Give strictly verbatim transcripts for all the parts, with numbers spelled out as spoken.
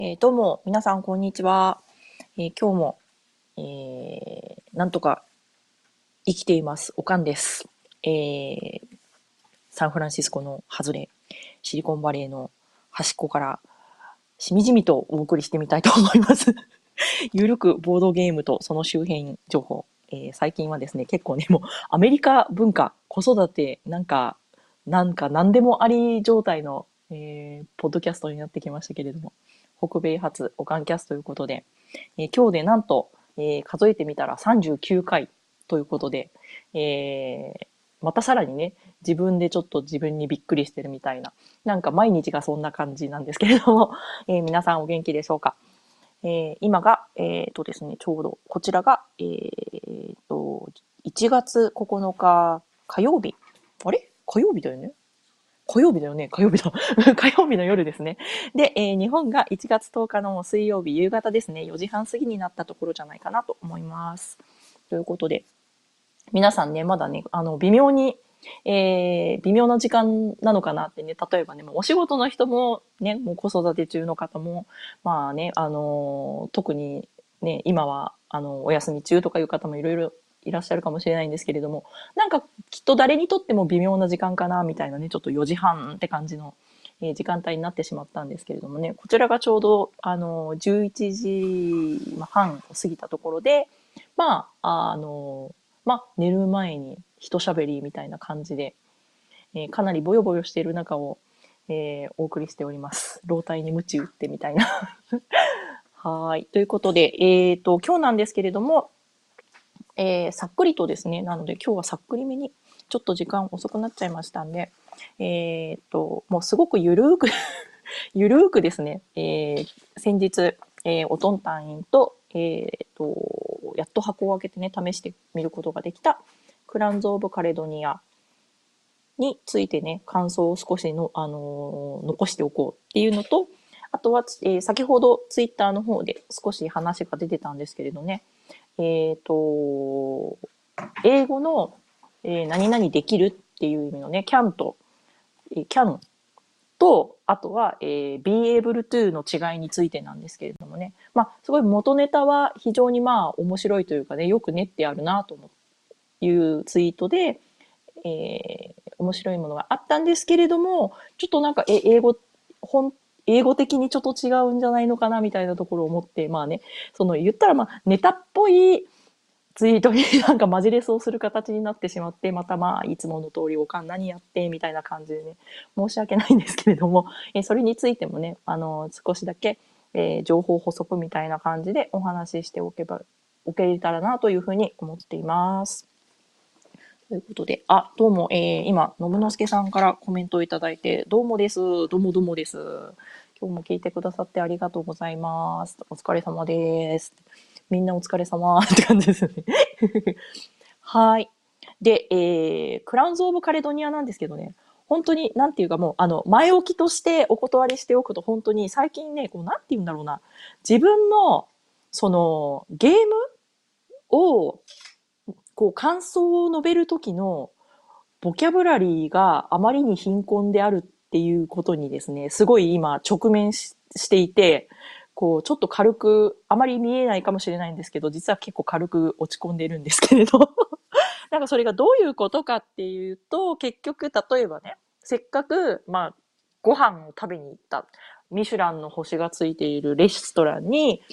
えーどうも、皆さん、こんにちは。えー今日も、えーなんとか生きています。おかんです。えーサンフランシスコの外れ、シリコンバレーの端っこから、しみじみとお送りしてみたいと思います。ゆるくボードゲームとその周辺情報。えー最近はですね、結構ね、もうアメリカ文化、子育て、なんか、なんか何でもあり状態の、えーポッドキャストになってきましたけれども、北米発オカンキャスということで、えー今日でなんと、えー数えてみたらさんじゅうきゅうかいということで、えーまたさらにね、自分でちょっと自分にびっくりしてるみたいな、なんか毎日がそんな感じなんですけれども、えー皆さんお元気でしょうか。えー今が、えっとですね、ちょうど、こちらが、えっと、いちがつここのか火曜日。あれ火曜日だよね火曜日だよね火曜日だ。火曜日の夜ですね。で、えー日本がいちがつとおかの水曜日夕方ですね、よじはん過ぎになったところじゃないかなと思います。ということで、皆さんね、まだね、あの、微妙に、えー微妙な時間なのかなってね、例えばね、もうお仕事の人もね、もう子育て中の方も、まあね、あのー特にね、今は、あの、お休み中とかいう方もいろいろいらっしゃるかもしれないんですけれども、なんかきっと誰にとっても微妙な時間かな、みたいなね、ちょっとよじはんって感じの、えー時間帯になってしまったんですけれどもね、こちらがちょうど、あの、じゅういちじはんを過ぎたところで、まあ、あの、まあ、寝る前に一喋りみたいな感じで、えーかなりボヨボヨしている中を、えーお送りしております。老体に鞭打ってみたいな。はい。ということで、えっと、今日なんですけれども、えーさっくりとですね、なので今日はさっくりめに、ちょっと時間遅くなっちゃいましたんで、えっと、もうすごくゆるーくゆるーくですね、えー先日、えーおとん隊員と、えっと、やっと箱を開けてね、試してみることができた、クランズ・オブ・カレドニアについてね、感想を少しの、あのー残しておこうっていうのと、あとは、えー先ほどツイッターの方で少し話が出てたんですけれどね、えっと、英語の、えー何々できるっていう意味のね、can と、えー can と、あとは、えー be able to の違いについてなんですけれどもね。まあ、すごい元ネタは非常にまあ面白いというかね、よく練ってあるなというツイートで、えー面白いものがあったんですけれども、ちょっとなんか、え、英語、本、英語的にちょっと違うんじゃないのかなみたいなところを思って、まあね、その言ったらまあネタっぽいツイートになんかマジレスをする形になってしまって、またまあ、いつもの通りおかん何やってみたいな感じでね、申し訳ないんですけれども、えそれについてもね、あの、少しだけ、えー情報補足みたいな感じでお話ししておけば、おけたらなというふうに思っています。ということで、あ、どうも、えー、今、信之助さんからコメントをいただいて、どうもです。どうもどうもです。今日も聞いてくださってありがとうございます。お疲れ様です。みんなお疲れ様って感じですよね。はい。で、えー、クラウンズ・オブ・カレドニアなんですけどね、本当に、なんていうかもう、あの、前置きとしてお断りしておくと、本当に最近ね、こう、なんていうんだろうな、自分の、その、ゲームを、こう、感想を述べるときの、ボキャブラリーがあまりに貧困であるっていうことにですね、すごい今直面ししていて、こう、ちょっと軽く、あまり見えないかもしれないんですけど、実は結構軽く落ち込んでいるんですけれど。なんかそれがどういうことかっていうと、結局、例えばね、せっかく、まあ、ご飯を食べに行った、ミシュランの星がついているレストランに、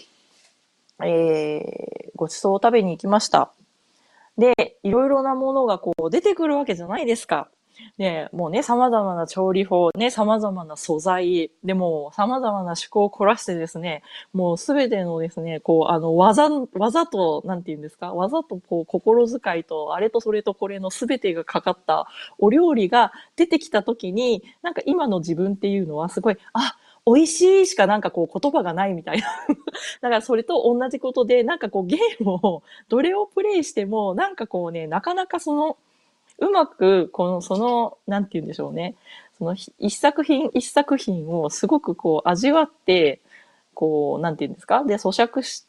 えー、ご馳走を食べに行きました。で、いろいろなものがこう出てくるわけじゃないですか。ね、もうね、様々な調理法、ね、様々な素材、でも様々な趣向を凝らしてですね、もうすべてのですね、こう、あの、技、技と、なんて言うんですか、技とこう、心遣いと、あれとそれとこれのすべてがかかったお料理が出てきたときに、なんか今の自分っていうのはすごい、あ、美味しいしかなんかこう言葉がないみたいな。だからそれと同じことで、なんかこうゲームをどれをプレイしても、なんかこうね、なかなかその、うまく、この、その、なんて言うんでしょうね。その、一作品一作品をすごくこう味わって、こう、なんて言うんですかで、咀嚼して、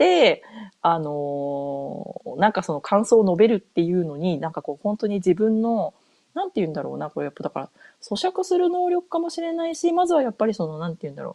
あのーなんかその感想を述べるっていうのに、なんかこう、本当に自分の、なんて言うんだろうな、これやっぱだから、咀嚼する能力かもしれないし、まずはやっぱりその、なんて言うんだろう。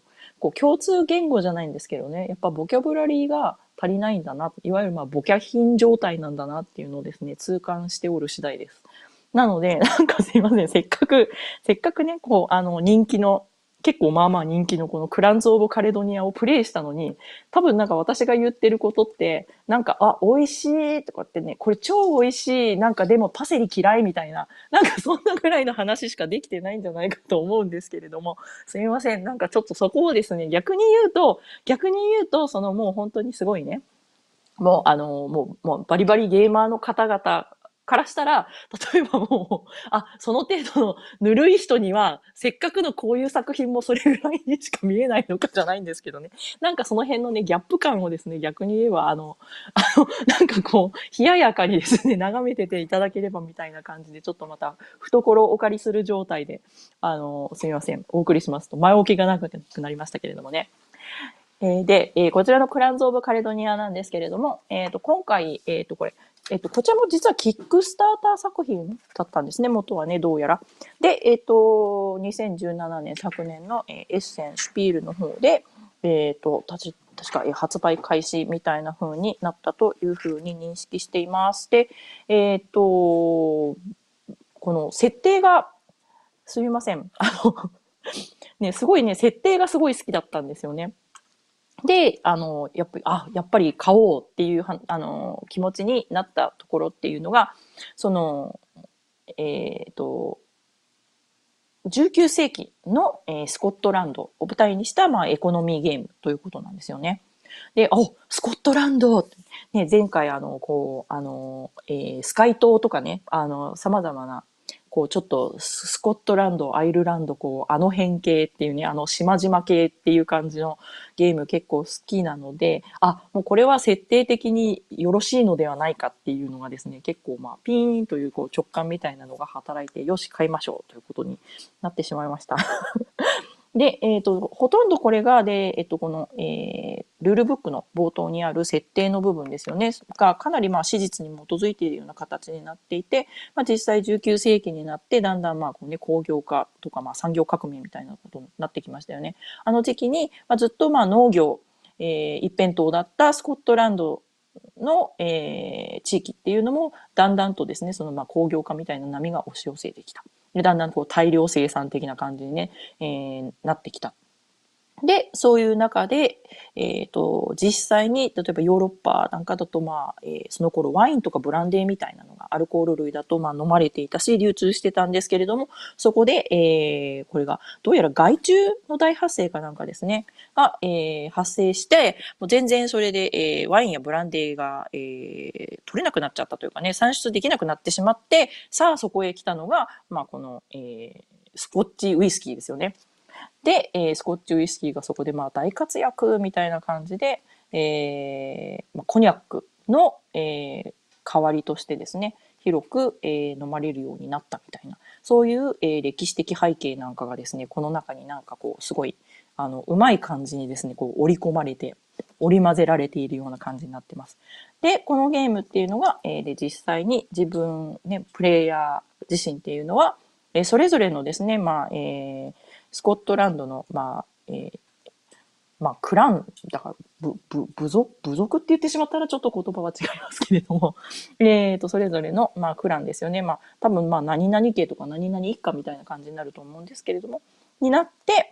こう共通言語じゃないんですけどね、やっぱボキャブラリーが足りないんだな、いわゆるまあボキャ品状態なんだなっていうのをですね、痛感しておる次第です。なので、なんかすいません、せっかく、せっかくね、こう、あの、人気の、結構まあまあ人気のこのクランズ・オブ・カレドニアをプレイしたのに、多分なんか私が言ってることって、なんか、あ、美味しいとかってね、これ超美味しい、なんかでもパセリ嫌いみたいな、なんかそんなぐらいの話しかできてないんじゃないかと思うんですけれども、すみません、なんかちょっとそこをですね、逆に言うと、逆に言うと、そのもう本当にすごいね、もう、あの、もう、もうバリバリゲーマーの方々からしたら、例えばもう、あ、その程度のぬるい人には、せっかくのこういう作品もそれぐらいにしか見えないのかじゃないんですけどね。なんかその辺のね、ギャップ感をですね、逆に言えば、あの、あの、なんかこう、冷ややかにですね、眺めてていただければみたいな感じで、ちょっとまた、懐をお借りする状態で、あの、すみません、お送りしますと、前置きがなくなりましたけれどもね。えーで、えーこちらのクランズ・オブ・カレドニアなんですけれども、えっ、と、今回、えっ、と、これ、えっ、と、こちらも実はキックスターター作品だったんですね、元はね、どうやら。で、えっ、と、にせんじゅうななねん、昨年の、えーエッセン、シュピールの方で、えっ、と、たち確か、えー発売開始みたいな風になったという風に認識しています。で、えっ、と、この設定が、すみません。あの、ね、すごいね、設定がすごい好きだったんですよね。で、あの、やっぱり、あ、やっぱり買おうっていうは、あの、気持ちになったところっていうのが、その、えっと、じゅうきゅう世紀の、えースコットランドを舞台にした、まあ、エコノミーゲームということなんですよね。で、お、スコットランド、ね、前回あの、こう、あの、えースカイ島とかね、あの、様々な、こう、ちょっとススコットランド、アイルランド、こう、あの辺系っていうね、あの島々系っていう感じのゲーム結構好きなので、あ、もうこれは設定的によろしいのではないかっていうのがですね、結構まあ、ピーンというこう直感みたいなのが働いて、よし、買いましょうということになってしまいました。で、えっ、と、ほとんどこれが、で、えっ、と、この、えールールブックの冒頭にある設定の部分ですよね。が、かなりまあ史実に基づいているような形になっていて、まあ実際じゅうきゅう世紀になって、だんだんまあこうね、工業化とかまあ産業革命みたいなことになってきましたよね。あの時期に、まあ、ずっとまあ農業、えー一辺倒だったスコットランドの、えー地域っていうのも、だんだんとですね、そのまあ工業化みたいな波が押し寄せてきた。で、だんだんこう大量生産的な感じにね、えーなってきた。で、そういう中で、えっ、と、実際に、例えばヨーロッパなんかだと、まあ、えーその頃ワインとかブランデーみたいなのがアルコール類だと、まあ、飲まれていたし、流通してたんですけれども、そこで、えーこれが、どうやら害虫の大発生かなんかですね、が、えー発生して、もう全然それで、えーワインやブランデーが、えー取れなくなっちゃったというかね、産出できなくなってしまって、さあそこへ来たのが、まあ、この、えースコッチウイスキーですよね。で、えースコッチウイスキーがそこでまあ大活躍みたいな感じで、えーまあ、コニャックの、えー代わりとしてですね、広く、えー飲まれるようになったみたいな、そういう、えー歴史的背景なんかがですね、この中になんかこう、すごい、あの、うまい感じにですね、こう、織り込まれて、織り交ぜられているような感じになってます。で、このゲームっていうのが、えーで、実際に自分、ね、プレイヤー自身っていうのは、えーそれぞれのですね、まあ、えースコットランドの、まあ、えーまあ、クラン、だから、部、部、部族、部族って言ってしまったらちょっと言葉は違いますけれども、えっと、それぞれの、まあ、クランですよね。まあ、多分、まあ、何々家とか何々一家みたいな感じになると思うんですけれども、になって、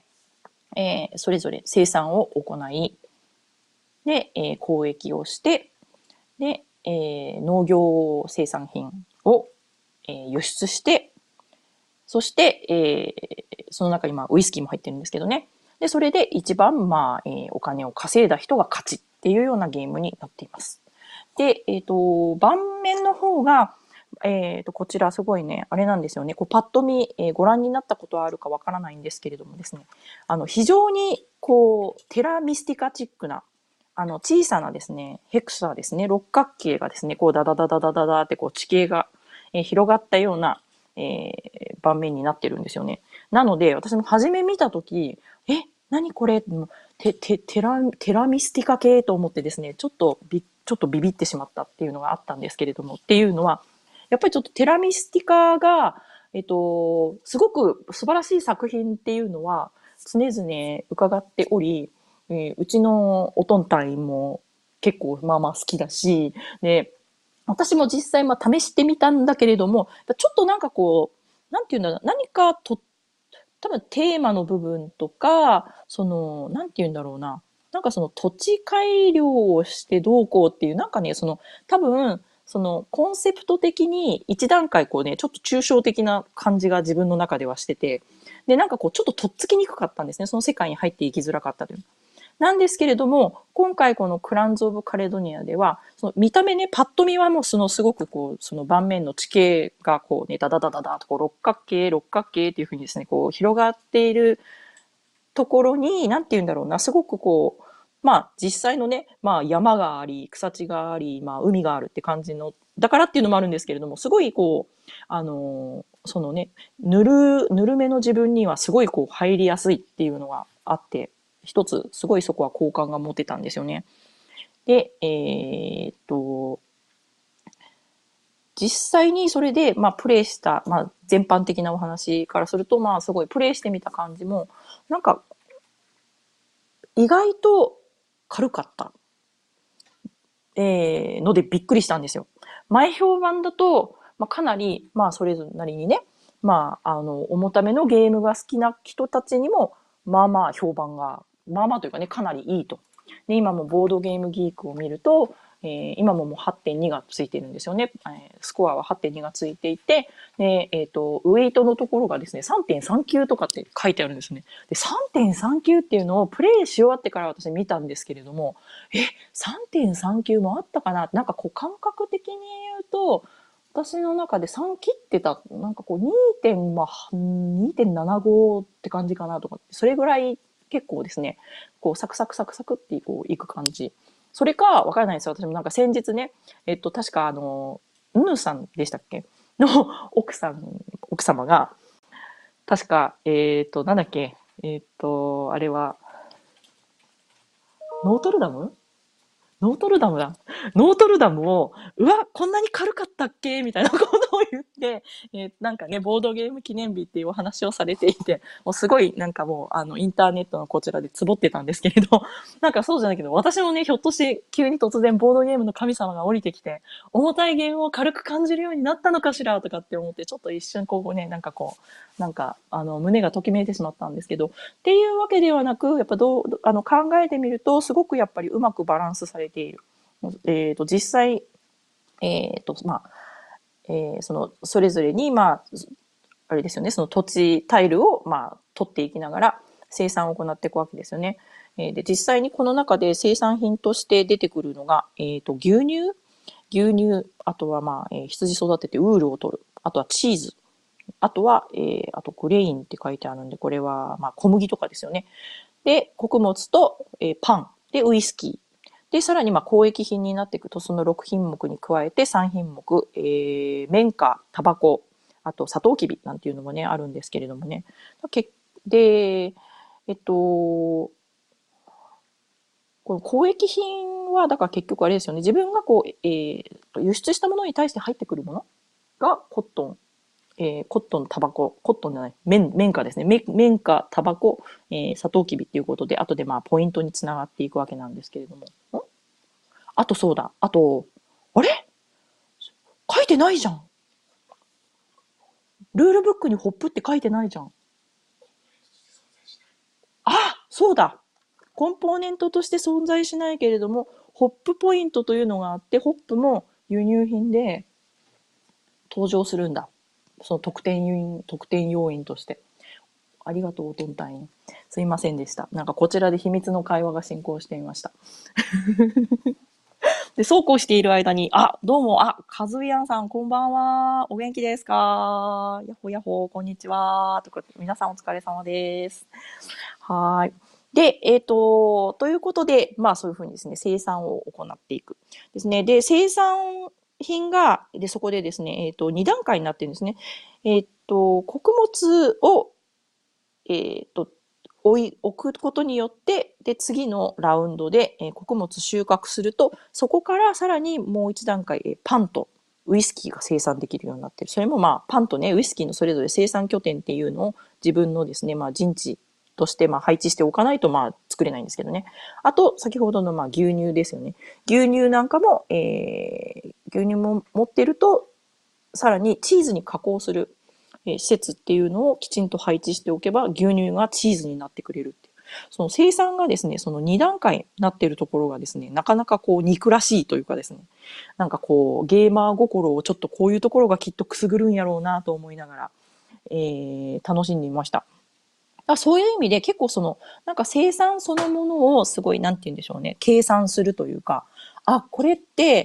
えーそれぞれ生産を行い、で、えー交易をして、で、えー農業生産品を、えー輸出して、そして、えーその中にまあウイスキーも入ってるんですけどね。で、それで一番まあ、えーお金を稼いだ人が勝ちっていうようなゲームになっています。で、えっ、と、盤面の方が、えっ、と、こちらすごいね、あれなんですよね。こうパッと見、えーご覧になったことはあるかわからないんですけれどもですね、あの、非常にこう、テラミスティカチックな、あの、小さなですね、ヘクサですね、六角形がですね、こう、ダダダダダダダってこう、地形が、えー広がったような、えー盤面になってるんですよね。なので、私も初め見たとき、え、何これテテテラテラミスティカ系と思ってですね、ちょっとびちょっとビビってしまったっていうのがあったんですけれども、っていうのは、やっぱりちょっとテラミスティカが、えっと、すごく素晴らしい作品っていうのは、 常々伺っており、えーうちのおとんたいも結構まあまあ好きだし、で、私も実際まあ試してみたんだけれども、ちょっとなんかこう、なんていうんだろう、何かと、多分テーマの部分とか、その、なんていうんだろうな、なんかその土地改良をしてどうこうっていう、なんかね、その、多分、そのコンセプト的に一段階こうね、ちょっと抽象的な感じが自分の中ではしてて、で、なんかこう、ちょっととっつきにくかったんですね。その世界に入っていきづらかったという。なんですけれども、今回このクランズ・オブ・カレドニアでは、その見た目ね、パッと見はもうそのすごくこう、その盤面の地形がこうね、ダダダダダとこう六角形、六角形っていうふうにですね、こう広がっているところに、なんて言うんだろうな、すごくこう、まあ実際のね、まあ山があり、草地があり、まあ海があるって感じの、だからっていうのもあるんですけれども、すごいこう、あのーそのね、ぬる、ぬるめの自分にはすごいこう入りやすいっていうのがあって、一つすごいそこは好感が持てたんですよね。で、えーっと、実際にそれで、まあ、プレイした、まあ、全般的なお話からすると、まあ、すごいプレイしてみた感じも、なんか、意外と軽かった、えーのでびっくりしたんですよ。前評判だと、まあ、かなり、まあ、それぞれなりにね、まあ、あの、重ためのゲームが好きな人たちにも、まあまあ評判が、まあまあというかね、かなりいいと。で、今もボードゲームギークを見ると、えー今ももうはってんにがついてるんですよね。えースコアははってんにがついていて、で、えっ、と、ウェイトのところがですね、さんてんさんきゅうとかって書いてあるんですね。で、さんてんさんきゅうっていうのをプレイし終わってから私見たんですけれども、え、さんてんさんきゅうもあったかな、なんかこう感覚的に言うと、私の中でさん切ってた、なんかこうにてん、まあ、にてんななごって感じかなとか、それぐらい結構ですね、こうサクサクサクサクってこういく感じ。それか、わからないですよ。私もなんか先日ね、えっと、確かあの、ヌーさんでしたっけの奥さん、奥様が、確か、えっと、なんだっけ、えっと、あれは、ノートルダムノートルダムだ。ノートルダムを、うわ、こんなに軽かったっけみたいなことを言って、えーなんかね、ボードゲーム記念日っていうお話をされていて、もうすごいなんかもう、あの、インターネットのこちらでつぼってたんですけれど、なんかそうじゃないけど、私もね、ひょっとして急に突然ボードゲームの神様が降りてきて、重たいゲームを軽く感じるようになったのかしらとかって思って、ちょっと一瞬こうね、なんかこう、なんか、あの、胸がときめいてしまったんですけど、っていうわけではなく、やっぱどう、あの、考えてみると、すごくやっぱりうまくバランスされている。えっ、と、実際、えっ、と、まあ、えーその、それぞれに、まあ、あれですよね、その土地、タイルを、まあ、取っていきながら生産を行っていくわけですよね。えーで、実際にこの中で生産品として出てくるのが、えっ、と、牛乳牛乳、あとはまあ、えー羊育ててウールを取る。あとはチーズ。あとは、えーあとグレインって書いてあるんで、これはまあ小麦とかですよね。で、穀物と、えーパン。で、ウイスキー。で、さらにまあ交易品になっていくと、そのろく品目に加えてさん品目、えー、綿花、タバコ、あと、サトウキビなんていうのもね、あるんですけれどもね。けで、えっと、この交易品は、だから結局あれですよね。自分がこう、えーと、輸出したものに対して入ってくるものがコットン、えーコットン、タバコ、コットンじゃない、綿、綿花ですね。綿綿花、タバコ、えー、サトウキビっていうことで、後でまあ、ポイントにつながっていくわけなんですけれども。んあとそうだ。あと、あれ書いてないじゃん。ルールブックにホップって書いてないじゃん。あ、そうだ。コンポーネントとして存在しないけれども、ホップポイントというのがあって、ホップも輸入品で登場するんだ。その特典要因、特典要因として。ありがとう、トンタイン。すいませんでした。なんかこちらで秘密の会話が進行していました。で、そうこうしている間に、あ、どうも、あ、カズヤンさん、こんばんは。お元気ですか？やっほやっほ、こんにちは。とか、皆さんお疲れ様です。はい。で、えっ、と、ということで、まあそういうふうにですね、生産を行っていく。ですね。で、生産品が、で、そこでですね、えっ、と、に段階になってるんですね。えっ、と、穀物を、えっ、と、置い、置くことによって、で、次のラウンドで、えー穀物収穫すると、そこからさらにもう一段階、えーパンとウイスキーが生産できるようになってる。それもまあ、パンとね、ウイスキーのそれぞれ生産拠点っていうのを自分のですね、まあ、陣地として、まあ、配置しておかないと、まあ、作れないんですけどね。あと、先ほどの、まあ、牛乳ですよね。牛乳なんかも、えー、牛乳も持ってると、さらにチーズに加工する、えー施設っていうのをきちんと配置しておけば、牛乳がチーズになってくれるっていう。その生産がですね、そのに段階になっているところがですね、なかなかこう憎らしいというかですね、なんかこうゲーマー心をちょっとこういうところがきっとくすぐるんやろうなと思いながら、えー楽しんでいました。あ、そういう意味で結構その、なんか生産そのものをすごい、なんて言うんでしょうね、計算するというか、あ、これって、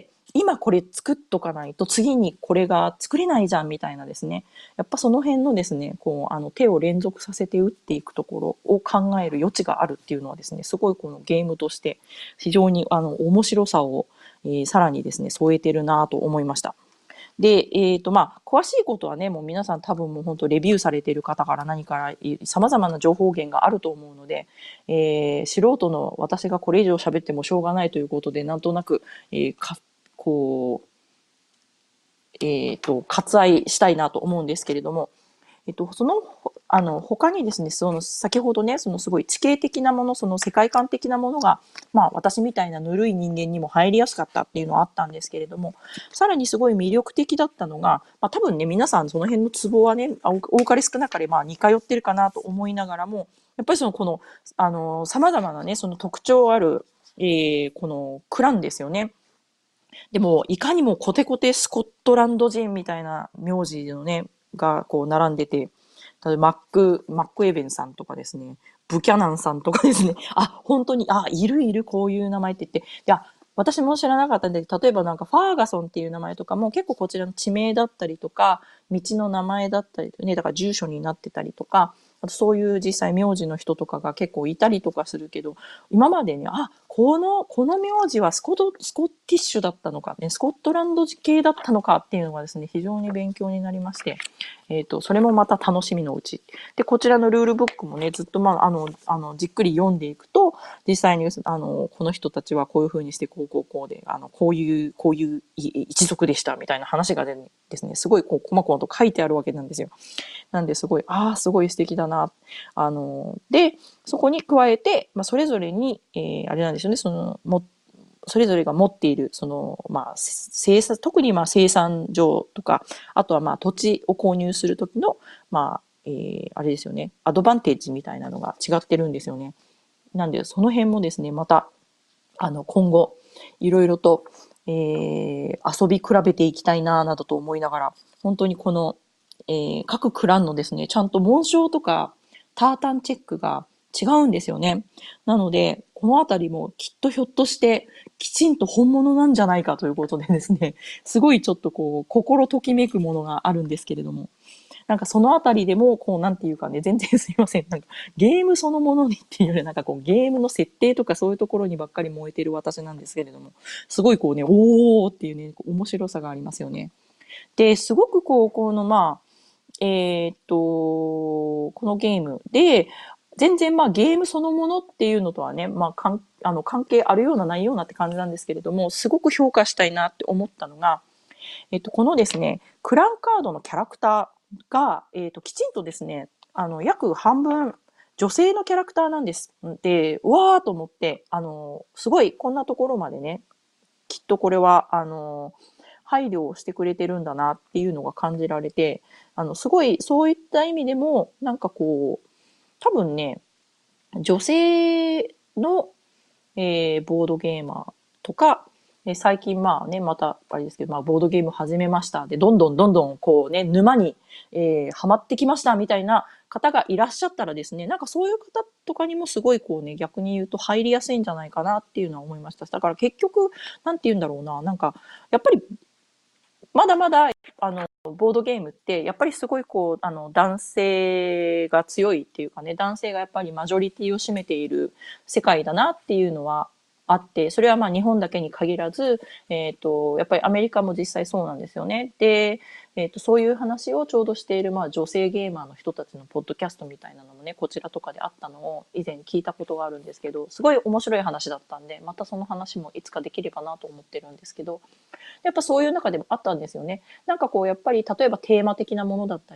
今これ作っとかないと次にこれが作れないじゃんみたいなですね。やっぱその辺のですね、こう、あの手を連続させて打っていくところを考える余地があるっていうのはですね、すごいこのゲームとして非常にあの面白さを、えーさらにですね、添えてるなと思いました。で、えっと、まあ、詳しいことはね、もう皆さん多分もう本当レビューされている方から何から様々な情報源があると思うので、えー素人の私がこれ以上喋ってもしょうがないということで、なんとなく、えーか、こう、えっと、割愛したいなと思うんですけれども、えっと、その、あの、他にですね、その、先ほどね、そのすごい地形的なもの、その世界観的なものが、まあ、私みたいなぬるい人間にも入りやすかったっていうのはあったんですけれども、さらにすごい魅力的だったのが、まあ、多分ね、皆さんその辺のツボはね、あ多かれ少なかれ、まあ、似通ってるかなと思いながらも、やっぱりその、この、あの、様々なね、その特徴ある、えー、このクランですよね。でも、いかにもコテコテスコットランド人みたいな名字のね、がこう並んでて、例えばマック、マックエベンさんとかですね、ブキャナンさんとかですね、あ、本当に、あ、いるいるこういう名前って言って、いや、私も知らなかったんで、例えばなんかファーガソンっていう名前とかも結構こちらの地名だったりとか、道の名前だったりとね、だから住所になってたりとか、あとそういう実際名字の人とかが結構いたりとかするけど、今までね、あ、この、この名字はスコト、スコティッシュだったのかね、スコットランド系だったのかっていうのがですね、非常に勉強になりまして、えっと、それもまた楽しみのうち。で、こちらのルールブックもね、ずっとまあ、あの、あの、じっくり読んでいくと、実際に、あの、この人たちはこういう風にして、こう、こう、こうで、あの、こういう、こういう一族でした、みたいな話がですね、すごいこう、細々と書いてあるわけなんですよ。なんですごい、ああ、すごい素敵だな。あの、で、そこに加えて、まあ、それぞれに、えー、あれなんですよね、その、も、それぞれが持っている、その、まあ、生産、特にまあ生産場とか、あとはまあ土地を購入するときの、まあ、えー、あれですよね、アドバンテージみたいなのが違ってるんですよね。なんで、その辺もですね、また、あの、今後、いろいろと、えー、遊び比べていきたいな、などと思いながら、本当にこの、えー、各クランのですね、ちゃんと紋章とか、タータンチェックが違うんですよね。なので、このあたりもきっとひょっとして、きちんと本物なんじゃないかということでですね、すごいちょっとこう、心ときめくものがあるんですけれども、なんかそのあたりでも、こう、なんていうかね、全然すいません。なんかゲームそのものにっていうよりなんかこう、ゲームの設定とかそういうところにばっかり燃えてる私なんですけれども、すごいこうね、おーっていうね、面白さがありますよね。で、すごくこう、このまあ、えーっと、このゲームで、全然まあゲームそのものっていうのとはね、まあかんあの関係あるようなないようなって感じなんですけれども、すごく評価したいなって思ったのが、えっと、このですね、クランカードのキャラクターが、えっと、きちんとですね、あの、約半分、女性のキャラクターなんです。で、うわーと思って、あの、すごい、こんなところまでね、きっとこれは、あの、配慮をしてくれてるんだなっていうのが感じられて、あの、すごい、そういった意味でも、なんかこう、多分ね、女性のえー、ボードゲーマーとか、え最近まあね、また、あれですけど、まあ、ボードゲーム始めました。で、どんどんどんどん、こうね、沼に、えー、ハマってきました、みたいな方がいらっしゃったらですね、なんかそういう方とかにもすごいこうね、逆に言うと入りやすいんじゃないかなっていうのは思いました。だから結局、なんて言うんだろうな、なんか、やっぱり、まだまだ、あの、ボードゲームって、やっぱりすごいこう、あの、男性が強いっていうかね、男性がやっぱりマジョリティを占めている世界だなっていうのはあって、それはまあ日本だけに限らず、えっと、やっぱりアメリカも実際そうなんですよね。で、えっと、そういう話をちょうどしている、まあ女性ゲーマーの人たちのポッドキャストみたいなのもね、こちらとかであったのを以前聞いたことがあるんですけど、すごい面白い話だったんで、またその話もいつかできればなと思ってるんですけど、やっぱそういう中でもあったんですよね。なんかこう、やっぱり、例えばテーマ的なものだったり、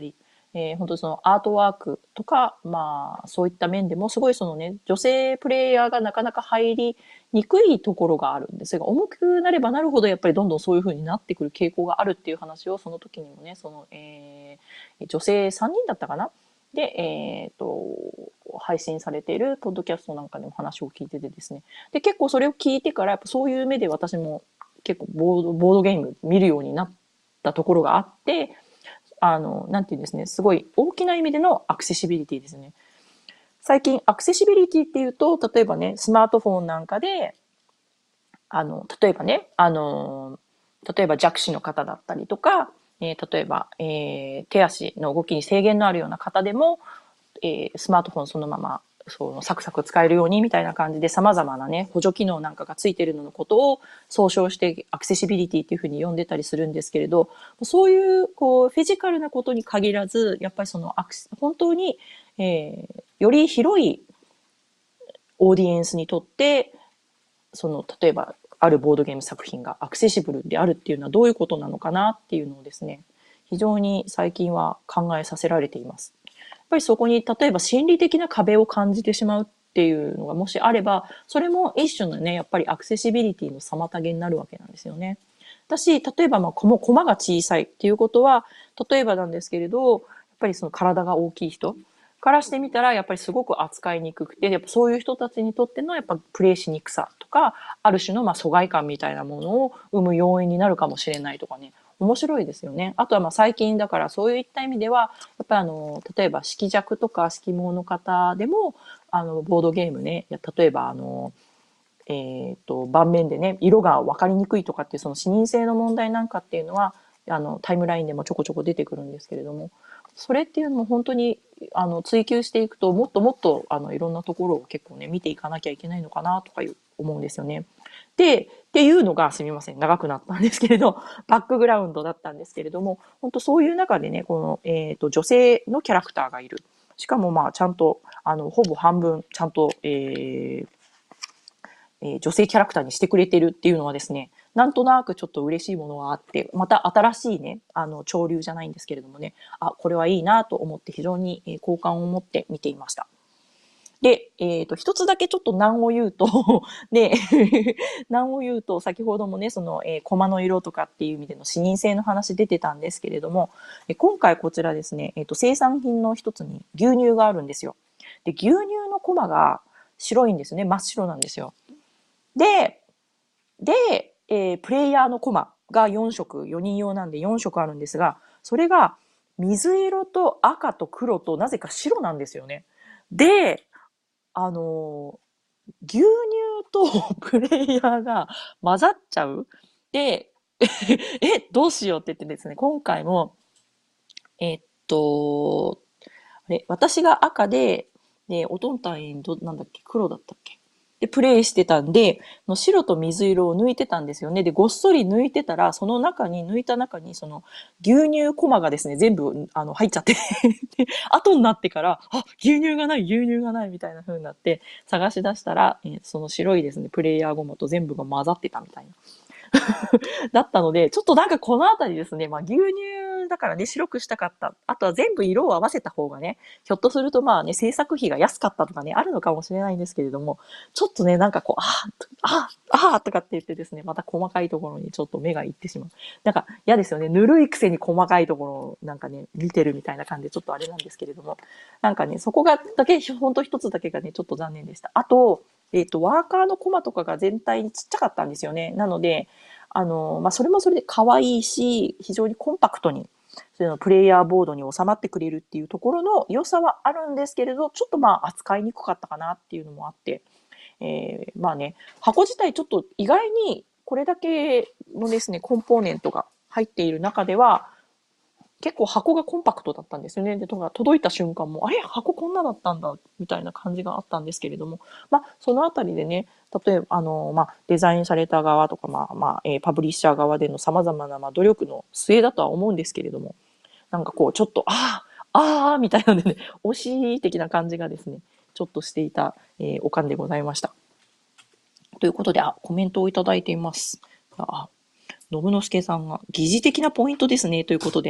えー、本当にそのアートワークとか、まあ、そういった面でも、すごいそのね、女性プレイヤーがなかなか入りにくいところがあるんですが、重くなればなるほど、やっぱりどんどんそういう風になってくる傾向があるっていう話を、その時にもね、その、えー、女性さんにんだったかなで、えっ、と、配信されているポッドキャストなんかでも話を聞いててですね。で、結構それを聞いてから、やっぱそういう目で私も結構ボード、ボードゲーム見るようになったところがあって、あの、なんていうんですね、すごい大きな意味でのアクセシビリティですね。最近アクセシビリティっていうと、例えばね、スマートフォンなんかで、あの、例えばね、あの、例えば弱視の方だったりとか、えー、例えば、えー、手足の動きに制限のあるような方でも、えー、スマートフォンそのままそのサクサク使えるようにみたいな感じで様々なね、補助機能なんかがついているののことを総称してアクセシビリティっていうふうに呼んでたりするんですけれど、そういうこうフィジカルなことに限らず、やっぱりそのアクセ本当に、えー、より広いオーディエンスにとって、その例えばあるボードゲーム作品がアクセシブルであるっていうのはどういうことなのかなっていうのをですね、非常に最近は考えさせられています。やっぱりそこに例えば心理的な壁を感じてしまうっていうのがもしあれば、それも一種のね、やっぱりアクセシビリティの妨げになるわけなんですよね。だし、例えばまあ、このコマが小さいっていうことは、例えばなんですけれど、やっぱりその体が大きい人からしてみたら、やっぱりすごく扱いにくくて、やっぱそういう人たちにとってのやっぱプレイしにくさとか、ある種のまあ疎外感みたいなものを生む要因になるかもしれないとかね、面白いですよね。あとはまあ最近だからそういった意味では、やっぱりあの、例えば色弱とか色盲の方でも、あの、ボードゲームね、例えばあの、えっと、盤面でね、色が分かりにくいとかっていうその視認性の問題なんかっていうのは、あの、タイムラインでもちょこちょこ出てくるんですけれども、それっていうのも本当に、あの、追求していくと、もっともっと、あの、いろんなところを結構ね、見ていかなきゃいけないのかなとかいう思うんですよね。で、っていうのが、すみません、長くなったんですけれど、バックグラウンドだったんですけれども、本当そういう中でね、この、えっと、女性のキャラクターがいる。しかもまあ、ちゃんと、あの、ほぼ半分、ちゃんと、えーえー、女性キャラクターにしてくれてるっていうのはですね、なんとなくちょっと嬉しいものがあって、また新しいね、あの、潮流じゃないんですけれどもね、あ、これはいいなと思って非常に、えー、好感を持って見ていました。で、えっ、ー、と、一つだけちょっと難を言うとで、難を言うと、先ほどもね、その、えー、コマの色とかっていう意味での視認性の話出てたんですけれども、えー、今回こちらですね、えっ、ー、と、生産品の一つに牛乳があるんですよ。で、牛乳のコマが白いんですね。真っ白なんですよ。で、で、えー、プレイヤーのコマがよん色、よにん用なんでよん色あるんですが、それが水色と赤と黒となぜか白なんですよね。で、あのー、牛乳とプレイヤーが混ざっちゃう。で、え、どうしようって言ってですね、今回も、えっと、あれ、私が赤で、で、おとんたんど、なんだっけ、黒だったっけで、プレイしてたんで、の白と水色を抜いてたんですよね。で、ごっそり抜いてたら、その中に、抜いた中に、その、牛乳コマがですね、全部、あの、入っちゃってで、後になってから、あ、牛乳がない、牛乳がない、みたいな風になって、探し出したら、えーその白いですね、プレイヤーゴマと全部が混ざってたみたいな。だったので、ちょっとなんかこのあたりですね、まあ牛乳だからね、白くしたかった。あとは全部色を合わせた方がね、ひょっとするとまあね、制作費が安かったとかね、あるのかもしれないんですけれども、ちょっとね、なんかこう、ああ、ああとかって言ってですね、また細かいところにちょっと目がいってしまう。なんか嫌ですよね。ぬるいくせに細かいところをなんかね、見てるみたいな感じでちょっとあれなんですけれども、なんかね、そこがだけ、ほんと一つだけがね、ちょっと残念でした。あと、えっ、と、ワーカーのコマとかが全体にちっちゃかったんですよね。なので、あの、まあ、それもそれで可愛いし、非常にコンパクトに、そのプレイヤーボードに収まってくれるっていうところの良さはあるんですけれど、ちょっとまあ扱いにくかったかなっていうのもあって、えー、まあね、箱自体ちょっと意外にこれだけのですね、コンポーネントが入っている中では、結構箱がコンパクトだったんですよね。で、とか届いた瞬間も、あれ箱こんなだったんだみたいな感じがあったんですけれども、まあ、そのあたりでね、例えば、あの、まあ、デザインされた側とか、まあ、まあ、えーパブリッシャー側での様々な、まあ、努力の末だとは思うんですけれども、なんかこう、ちょっと、ああ、ああ、みたいなのでね、惜しい的な感じがですね、ちょっとしていた、えー、おかんでございました。ということで、あ、コメントをいただいています。あ、信之助さんが、疑似的なポイントですね、ということで、あ、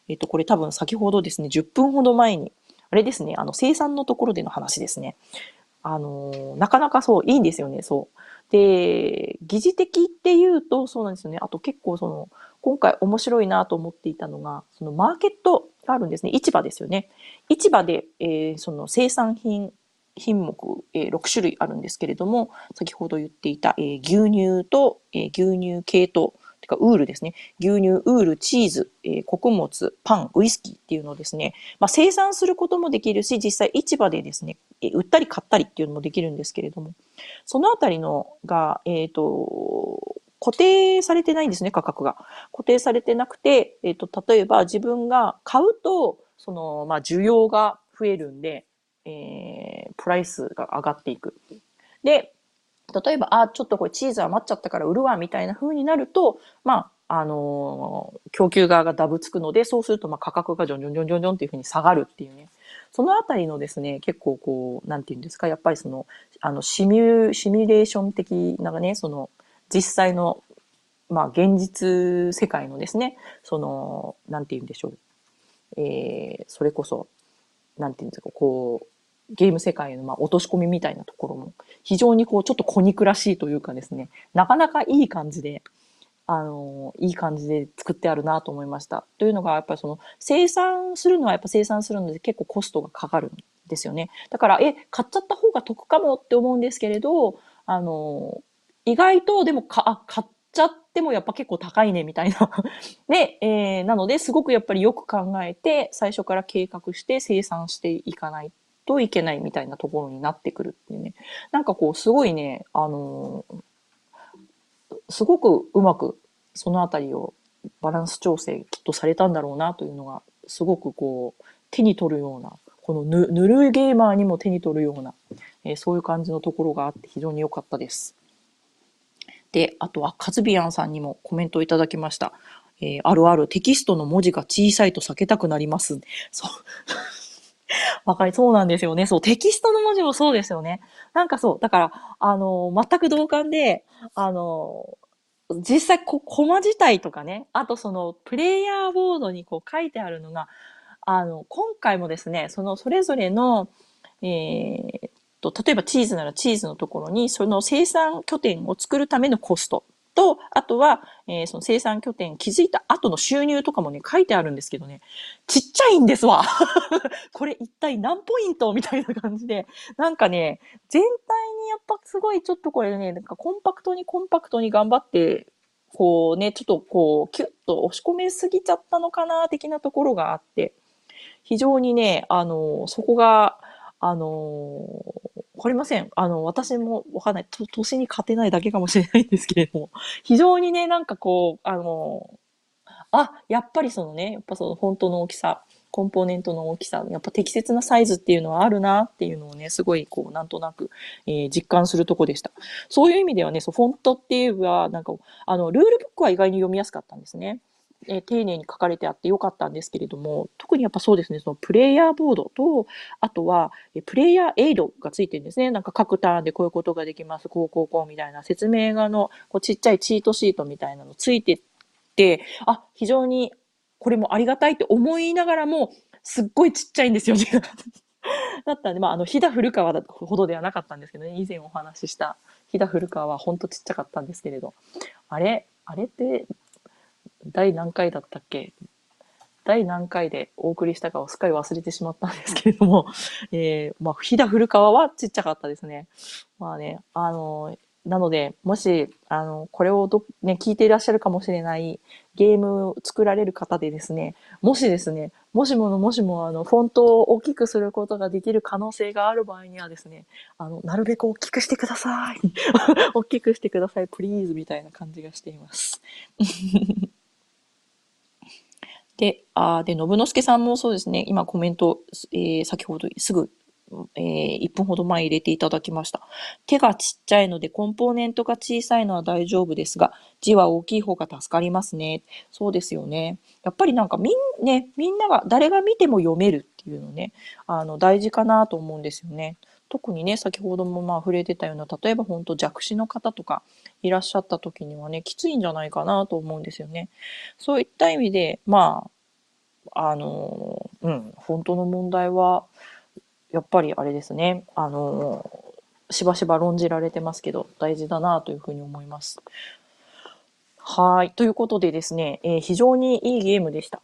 えっと、これ多分先ほどですね、じゅっぷんほど前に、あれですね、あの、生産のところでの話ですね。あの、なかなかそう、いいんですよね、そう。で、疑似的っていうと、そうなんですよね。あと結構その、今回面白いなと思っていたのが、そのマーケットがあるんですね。市場ですよね。市場で、えーその生産品、品目、えーろく種類あるんですけれども、先ほど言っていた、えー牛乳と、えー牛乳系と、てかウールですね。牛乳、ウール、チーズ、えー穀物、パン、ウイスキーっていうのをですね、まあ、生産することもできるし、実際市場でですね、え売ったり買ったりっていうのもできるんですけれども、そのあたりのが、えっ、と、固定されてないんですね、価格が。固定されてなくて、えっ、と、例えば自分が買うと、その、まあ、需要が増えるんで、えー、プライスが上がっていく。で、例えば、あ、ちょっとこれチーズ余っちゃったから売るわ、みたいな風になると、まあ、あのー供給側がダブつくので、そうすると、まあ、価格がジョンジョンジョンジョンジョンっていう風に下がるっていうね。そのあたりのですね、結構こう、なんていうんですか、やっぱりその、あの、シミュ、シミュレーション的なね、その、実際の、まあ、現実世界のですね、その、なんて言うんでしょう。えー、それこそ、なんていうんですか、こう、ゲーム世界のまあ落とし込みみたいなところも、非常にこう、ちょっと小憎らしいというかですね、なかなかいい感じで、あの、いい感じで作ってあるなと思いました。というのが、やっぱりその、生産するのはやっぱ生産するので結構コストがかかるんですよね。だから、え、買っちゃった方が得かもって思うんですけれど、あの、意外とでもか、あ、買っちゃってもやっぱ結構高いねみたいな。で、えー、なので、すごくやっぱりよく考えて、最初から計画して生産していかないといけないみたいなところになってくるっていうね。なんかこう、すごいね、あのすごくうまくそのあたりをバランス調整きっとされたんだろうなというのが、すごくこう、手に取るような、このぬ、ぬるいゲーマーにも手に取るような、えーそういう感じのところがあって非常に良かったです。で、あとはカズビアンさんにもコメントをいただきました。えーあるあるテキストの文字が小さいと避けたくなります。そう、わかり、そうなんですよね。そう、テキストの文字もそうですよね。なんかそう、だから、あの、全く同感で、あの、実際こ、コマ自体とかね、あとその、プレイヤーボードにこう書いてあるのが、あの、今回もですね、そのそれぞれの、えーっと、例えばチーズならチーズのところに、その生産拠点を作るためのコストと、あとは、えーその生産拠点築いた後の収入とかもね、書いてあるんですけどね、ちっちゃいんですわ。これ一体何ポイントみたいな感じで、なんかね、全体にやっぱすごいちょっとこれね、なんかコンパクトにコンパクトに頑張って、こうね、ちょっとこう、キュッと押し込めすぎちゃったのかな、的なところがあって、非常にね、あの、そこが、あの、わかりません。あの、私もわかんない。と、年に勝てないだけかもしれないんですけれども、非常にね、なんかこう、あの、あ、やっぱりそのね、やっぱその本当の大きさ、コンポーネントの大きさ、やっぱ適切なサイズっていうのはあるなっていうのをね、すごいこう、なんとなく、えー実感するとこでした。そういう意味ではね、そう、フォントっていうのは、なんか、あの、ルールブックは意外に読みやすかったんですね。えー丁寧に書かれてあってよかったんですけれども、特にやっぱそうですね、そのプレイヤーボードと、あとは、えプレイヤーエイドがついてるんですね。なんか各ターンでこういうことができます、こうこうこうみたいな説明画のこうちっちゃいチートシートみたいなのついてて、あ、非常にこれもありがたいって思いながらも、すっごいちっちゃいんですよ、字が。だったんで、まあ、あの、飛騨古川ほどではなかったんですけどね、以前お話しした飛騨古川はほんとちっちゃかったんですけれど、あれあれって第何回だったっけ？第何回でお送りしたかをすっかり忘れてしまったんですけれども、えー、まあ、飛騨古川はちっちゃかったですね。まあね、あの、なので、もし、あの、これをど、ね、聞いていらっしゃるかもしれないゲームを作られる方でですね、もしですね、もしものもしも、あの、フォントを大きくすることができる可能性がある場合にはですね、あの、なるべく大きくしてください。大きくしてください、プリーズみたいな感じがしています。で、あーで、信之助さんもそうですね、今コメント、えー先ほどすぐ、えーいっぷんほど前入れていただきました。手がちっちゃいのでコンポーネントが小さいのは大丈夫ですが、字は大きい方が助かりますね。そうですよね。やっぱりなんかみん、ね、みんなが、誰が見ても読めるっていうのね、あの、大事かなと思うんですよね。特にね、先ほどもまあ触れてたような、例えば本当弱視の方とかいらっしゃった時にはね、きついんじゃないかなと思うんですよね。そういった意味で、まあ、 あの、うん、本当の問題は、やっぱりあれですね、あの、しばしば論じられてますけど、大事だなというふうに思います。はい。ということでですね、えー非常にいいゲームでした。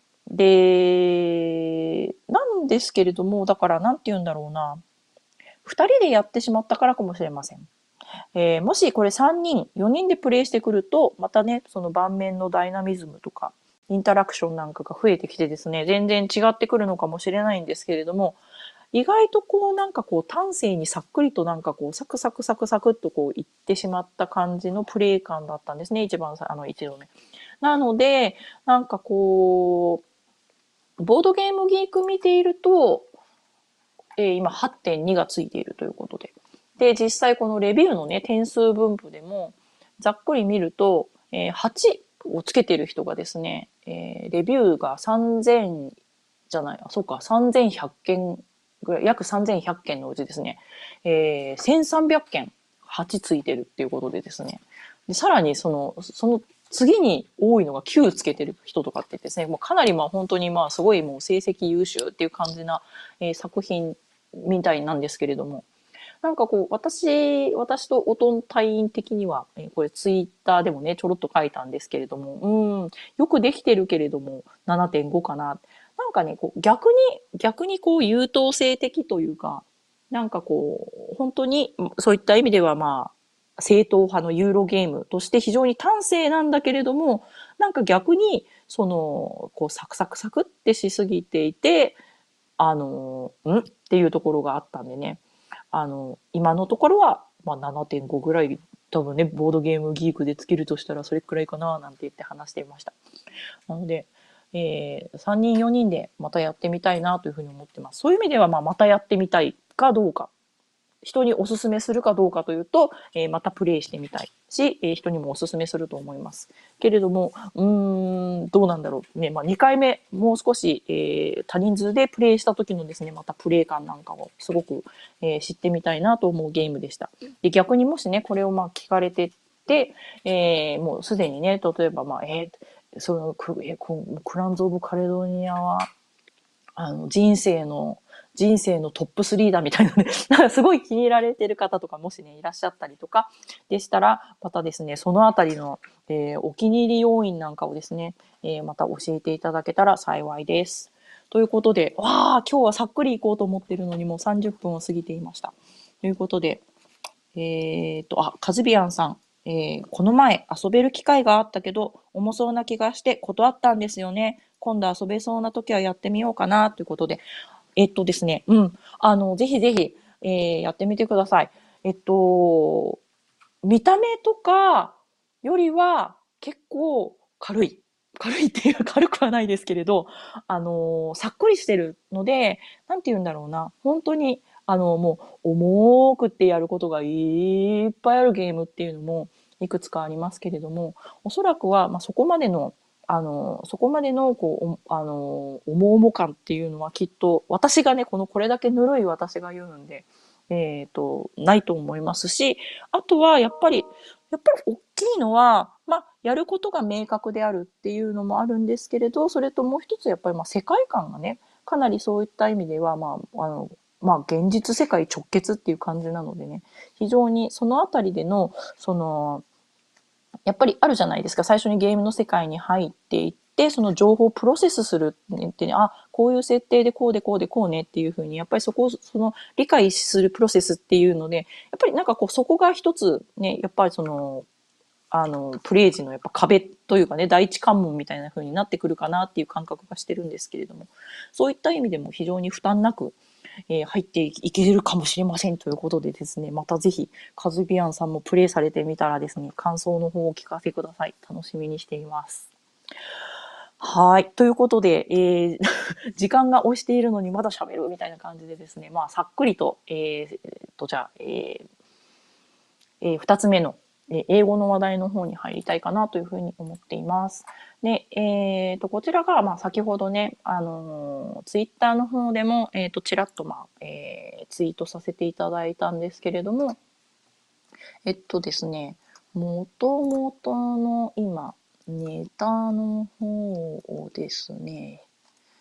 で、なんですけれども、だからなんて言うんだろうな。二人でやってしまったからかもしれません。えーもしこれさんにん、よにんでプレイしてくると、またね、その盤面のダイナミズムとか、インタラクションなんかが増えてきてですね、全然違ってくるのかもしれないんですけれども、意外とこうなんかこう端正にさっくりとなんかこうサクサクサクサクっとこういってしまった感じのプレイ感だったんですね、一番さ、あの一度目。なので、なんかこう、ボードゲームギーク見ていると、えー今はってんにがついているということで。で、実際このレビューのね、点数分布でも、ざっくり見ると、えーはちをつけてる人がですね、えーレビューがさんぜんじゃない、あ、そうか、さんぜんひゃっけんぐらい、約さんぜんひゃっけんのうちですね、えーせんさんびゃっけんはちついてるっていうことでですね、でさらにその、その次に多いのがきゅうつけてる人とかってですね、もうかなりまあ本当にまあすごいもう成績優秀っていう感じな、えー作品みたいなんですけれども、なんかこう、私、私とおとん隊員的には、えーこれツイッターでもね、ちょろっと書いたんですけれども、うん、よくできてるけれども、ななてんごかな。なんかね、こう、逆に、逆にこう、優等生的というか、なんかこう、本当に、そういった意味ではまあ、正統派のユーロゲームとして非常に端正なんだけれども、なんか逆に、その、こう、サクサクサクってしすぎていて、あの、んっていうところがあったんでね。あの、今のところは、まあ、ななてんごぐらい、多分ね、ボードゲームギークでつけるとしたらそれくらいかな、なんて言って話していました。なので、えー、さんにんよにんでまたやってみたいなというふうに思ってます。そういう意味では、まあ、またやってみたいかどうか人におすすめするかどうかというと、えーまたプレイしてみたいし、えー人にもおすすめすると思います。けれども、うーん、どうなんだろう。ね、まあ、にかいめ、もう少し、えー多人数でプレイした時のですね、またプレイ感なんかをすごく、えー知ってみたいなと思うゲームでした。で、逆にもしね、これをまあ聞かれてて、えーもうすでにね、例えば、まあ、えーそのクえこうクランズ・オブ・カレドニアはあの、人生の、人生のトップスリーだみたいなね、なんかすごい気に入られてる方とかもしね、いらっしゃったりとかでしたら、またですね、そのあたりの、えーお気に入り要因なんかをですね、えーまた教えていただけたら幸いです。ということで、わあ、今日はさっくり行こうと思ってるのにもうさんじゅっぷんを過ぎていました。ということで、えっと、あ、カズビアンさん。えーこの前遊べる機会があったけど、重そうな気がして断ったんですよね。今度遊べそうな時はやってみようかな、ということで。えっとですね、うん。あの、ぜひぜひ、えーやってみてください。えっと、見た目とかよりは結構軽い。軽いっていう軽くはないですけれど、あのーさっくりしてるので、なんて言うんだろうな。本当に、あの、もう、重くってやることがいっぱいあるゲームっていうのもいくつかありますけれども、おそらくは、まあ、そこまでの、あの、そこまでの、こう、おあの、重々感っていうのはきっと、私がね、このこれだけぬるい私が言うんで、えっと、ないと思いますし、あとはやっぱり、やっぱり大きいのは、まあ、やることが明確であるっていうのもあるんですけれど、それともう一つやっぱりまあ世界観がね、かなりそういった意味では、まあ、あの、まあ、現実世界直結っていう感じなのでね、非常にそのあたりでの、その、やっぱりあるじゃないですか。最初にゲームの世界に入っていって、その情報をプロセスするってね、あ、こういう設定でこうでこうでこうねっていうふうに、やっぱりそこを、その理解するプロセスっていうので、やっぱりなんかこうそこが一つね、やっぱりその、あの、プレイ時のやっぱ壁というかね、第一関門みたいな風になってくるかなっていう感覚がしてるんですけれども、そういった意味でも非常に負担なく、えー入っていけるかもしれませんということでですね、またぜひ、カズビアンさんもプレイされてみたらですね、感想の方をお聞かせください。楽しみにしています。はい。ということで、えー時間が押しているのにまだ喋るみたいな感じでですね、まあ、さっくりと、えー、と、じゃあ、えーえー、二つ目の、えー英語の話題の方に入りたいかなというふうに思っています。で、えー、と、こちらが、まあ、先ほどね、あのー、ツイッターの方でも、えー、と、ちらっと、まあ、えー、ツイートさせていただいたんですけれども、えっとですね、もともとの今、ネタの方をですね、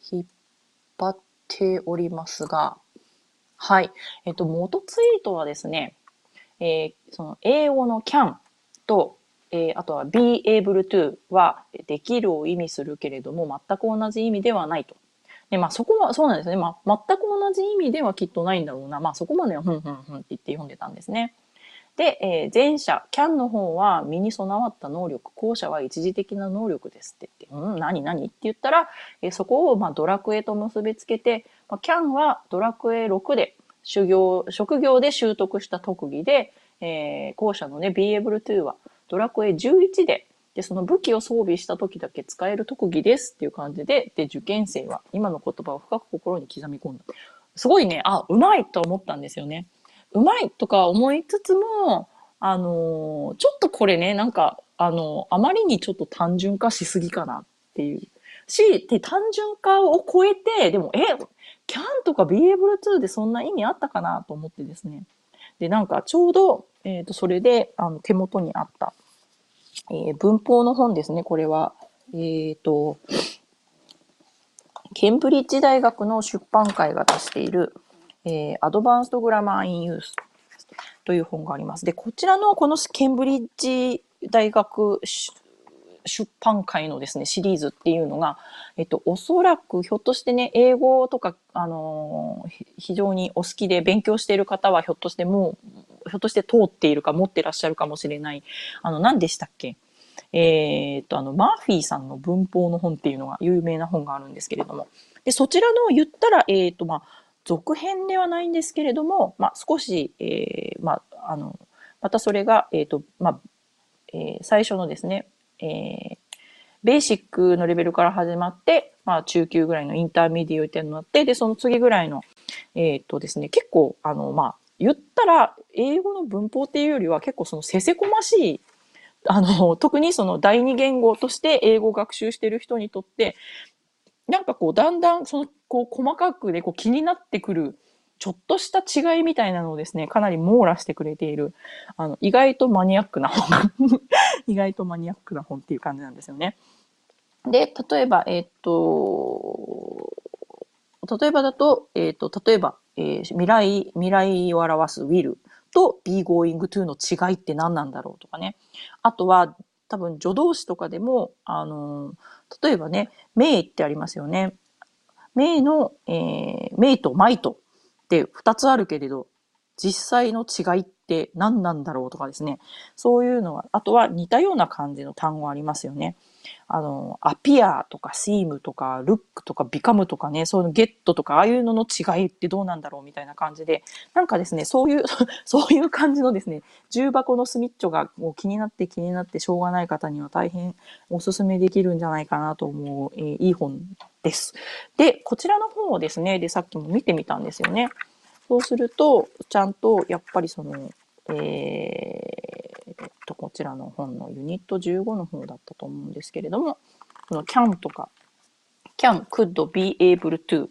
引っ張っておりますが、はい。えっと、元ツイートはですね、えーその英語の can と、えーあとは be able to はできるを意味するけれども、全く同じ意味ではないと。で、まあそこはそうなんですね。まあ全く同じ意味ではきっとないんだろうな。まあそこまではふんふんふんって言って読んでたんですね。で、えー前者、can の方は身に備わった能力、後者は一時的な能力ですって言って、うん、何何って言ったら、えーそこをまあドラクエと結びつけて、まあ、can はドラクエろくで修行、職業で習得した特技で、えー後者のね、be able to はドラクエじゅういちで、で、その武器を装備した時だけ使える特技ですっていう感じで、で、受験生は今の言葉を深く心に刻み込んだ。すごいね、あ、うまいと思ったんですよね。うまいとか思いつつも、あのーちょっとこれね、なんか、あのーあまりにちょっと単純化しすぎかなっていう。し、で、単純化を超えて、でも、え、can とか be able to でそんな意味あったかなと思ってですね。で、なんかちょうど、えっと、それで、あの、手元にあった、えー文法の本ですね、これは。えっと、ケンブリッジ大学の出版会が出している、えー、アドバンストグラマーインユースという本があります。で、こちらのこのケンブリッジ大学出版会のですね、シリーズっていうのが、えっと、おそらくひょっとしてね、英語とか、あのー非常にお好きで勉強している方はひょっとしてもう、ひょっとして通っているか持ってらっしゃるかもしれない。あの、何でしたっけえーっと、あの、マーフィーさんの文法の本っていうのが有名な本があるんですけれども。で、そちらの言ったら、えーっと、まあ、続編ではないんですけれども、まあ、少し、えー、まあ、あの、またそれが、えーっと、まあ、えー最初のですね、えーベーシックのレベルから始まって、まあ、中級ぐらいのインターミディエイトになって、で、その次ぐらいの、えーっとですね、結構、あの、まあ、言ったら、英語の文法っていうよりは結構そのせせこましいあの、特にその第二言語として英語を学習している人にとって、なんかこう、だんだん、その、こう、細かくで、こう、気になってくる、ちょっとした違いみたいなのをですね、かなり網羅してくれている、あの、意外とマニアックな本。意外とマニアックな本っていう感じなんですよね。で、例えば、えーっと、例えばだと、えっ、と、例えば、えー未来、未来を表す will と be going to の違いって何なんだろうとかね。あとは、多分助動詞とかでも、あのー例えばね、may ってありますよね。may の、えー、may と might って二つあるけれど、実際の違いって何なんだろうとかですね。そういうのは、あとは似たような感じの単語ありますよね。あの、アピアとかシームとかルックとかビカムとかね、そういうのゲットとかああいうのの違いってどうなんだろうみたいな感じで、なんかですね、そういう、そういう感じのですね、重箱のスミッチョがもう気になって気になってしょうがない方には大変おすすめできるんじゃないかなと思う、えーいい本です。で、こちらの本をですね、で、さっきも見てみたんですよね。そうすると、ちゃんとやっぱりその、えー、と、こちらの本のユニットじゅうごの方だったと思うんですけれども、この can とか can, could, be able to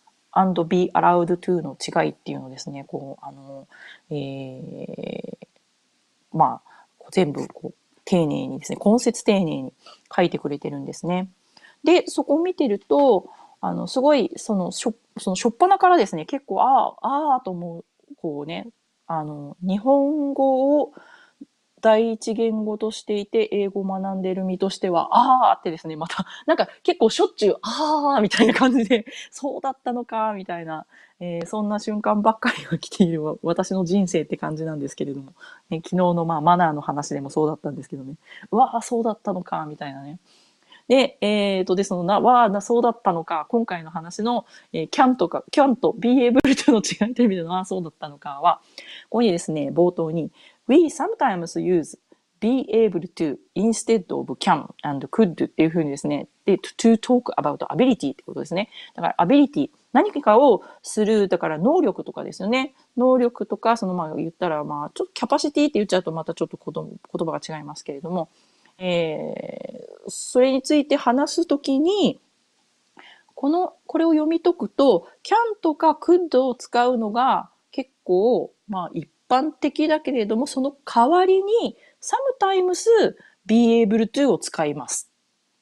and be allowed to の違いっていうのをですね、こう、あの、えー、まあ、全部こう丁寧にですね、根節丁寧に書いてくれてるんですね。で、そこを見てると、あの、すごい、その、しょ、その、しょっぱなからですね、結構、ああ、ああと思う、こうね、あの、日本語を第一言語としていて、英語を学んでいる身としては、ああってですね、また、なんか結構しょっちゅう、ああみたいな感じで、そうだったのか、みたいな、えーそんな瞬間ばっかりが来ている私の人生って感じなんですけれども、ね、昨日のまあマナーの話でもそうだったんですけどね、うわあ、そうだったのか、みたいなね。で、えっ、と、で、そのな、わあ、そうだったのか、今回の話の、えー、can とか、can と be able to の違いという意味での、ああ、そうだったのかは、ここにですね、冒頭に、we sometimes use be able to instead of can and could っていうふうにですね、で、to talk about ability ってことですね。だから ability、何かをする、だから能力とかですよね。能力とか、そのまあ言ったら、まあ、ちょっとキャパシティって言っちゃうとまたちょっと言葉が違いますけれども、えー、それについて話すときに、この、これを読み解くと、can とか could を使うのが結構、まあ一般的だけれども、その代わりに sometimes be able to を使います。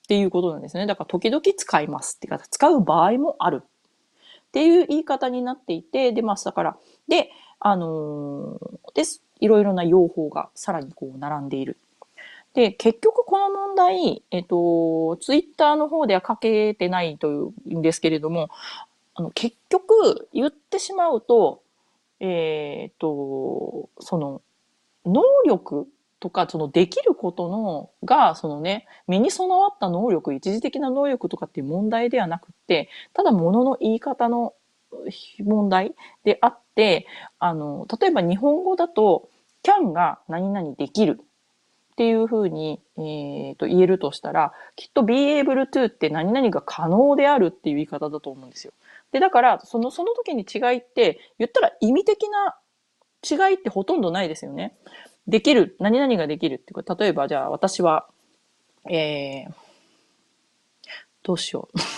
っていうことなんですね。だから時々使いますっていうか、使う場合もあるっていう言い方になっていて、で、まあ、だから、で、あのーです。いろいろな用法がさらにこう並んでいる。で、結局この問題、えっと、ツイッターの方では書けてないというんですけれども、あの、結局言ってしまうと、えっと、その、能力とか、そのできることのが、そのね、身に備わった能力、一時的な能力とかっていう問題ではなくって、ただ物の言い方の問題であって、あの、例えば日本語だと、can が何々できるっていうふうに、えー、と言えるとしたら、きっと be able to って何々が可能であるっていう言い方だと思うんですよ。で、だから、その、その時に違いって、言ったら意味的な違いってほとんどないですよね。できる、何々ができるっていうか、例えばじゃあ私は、えー、どうしよう。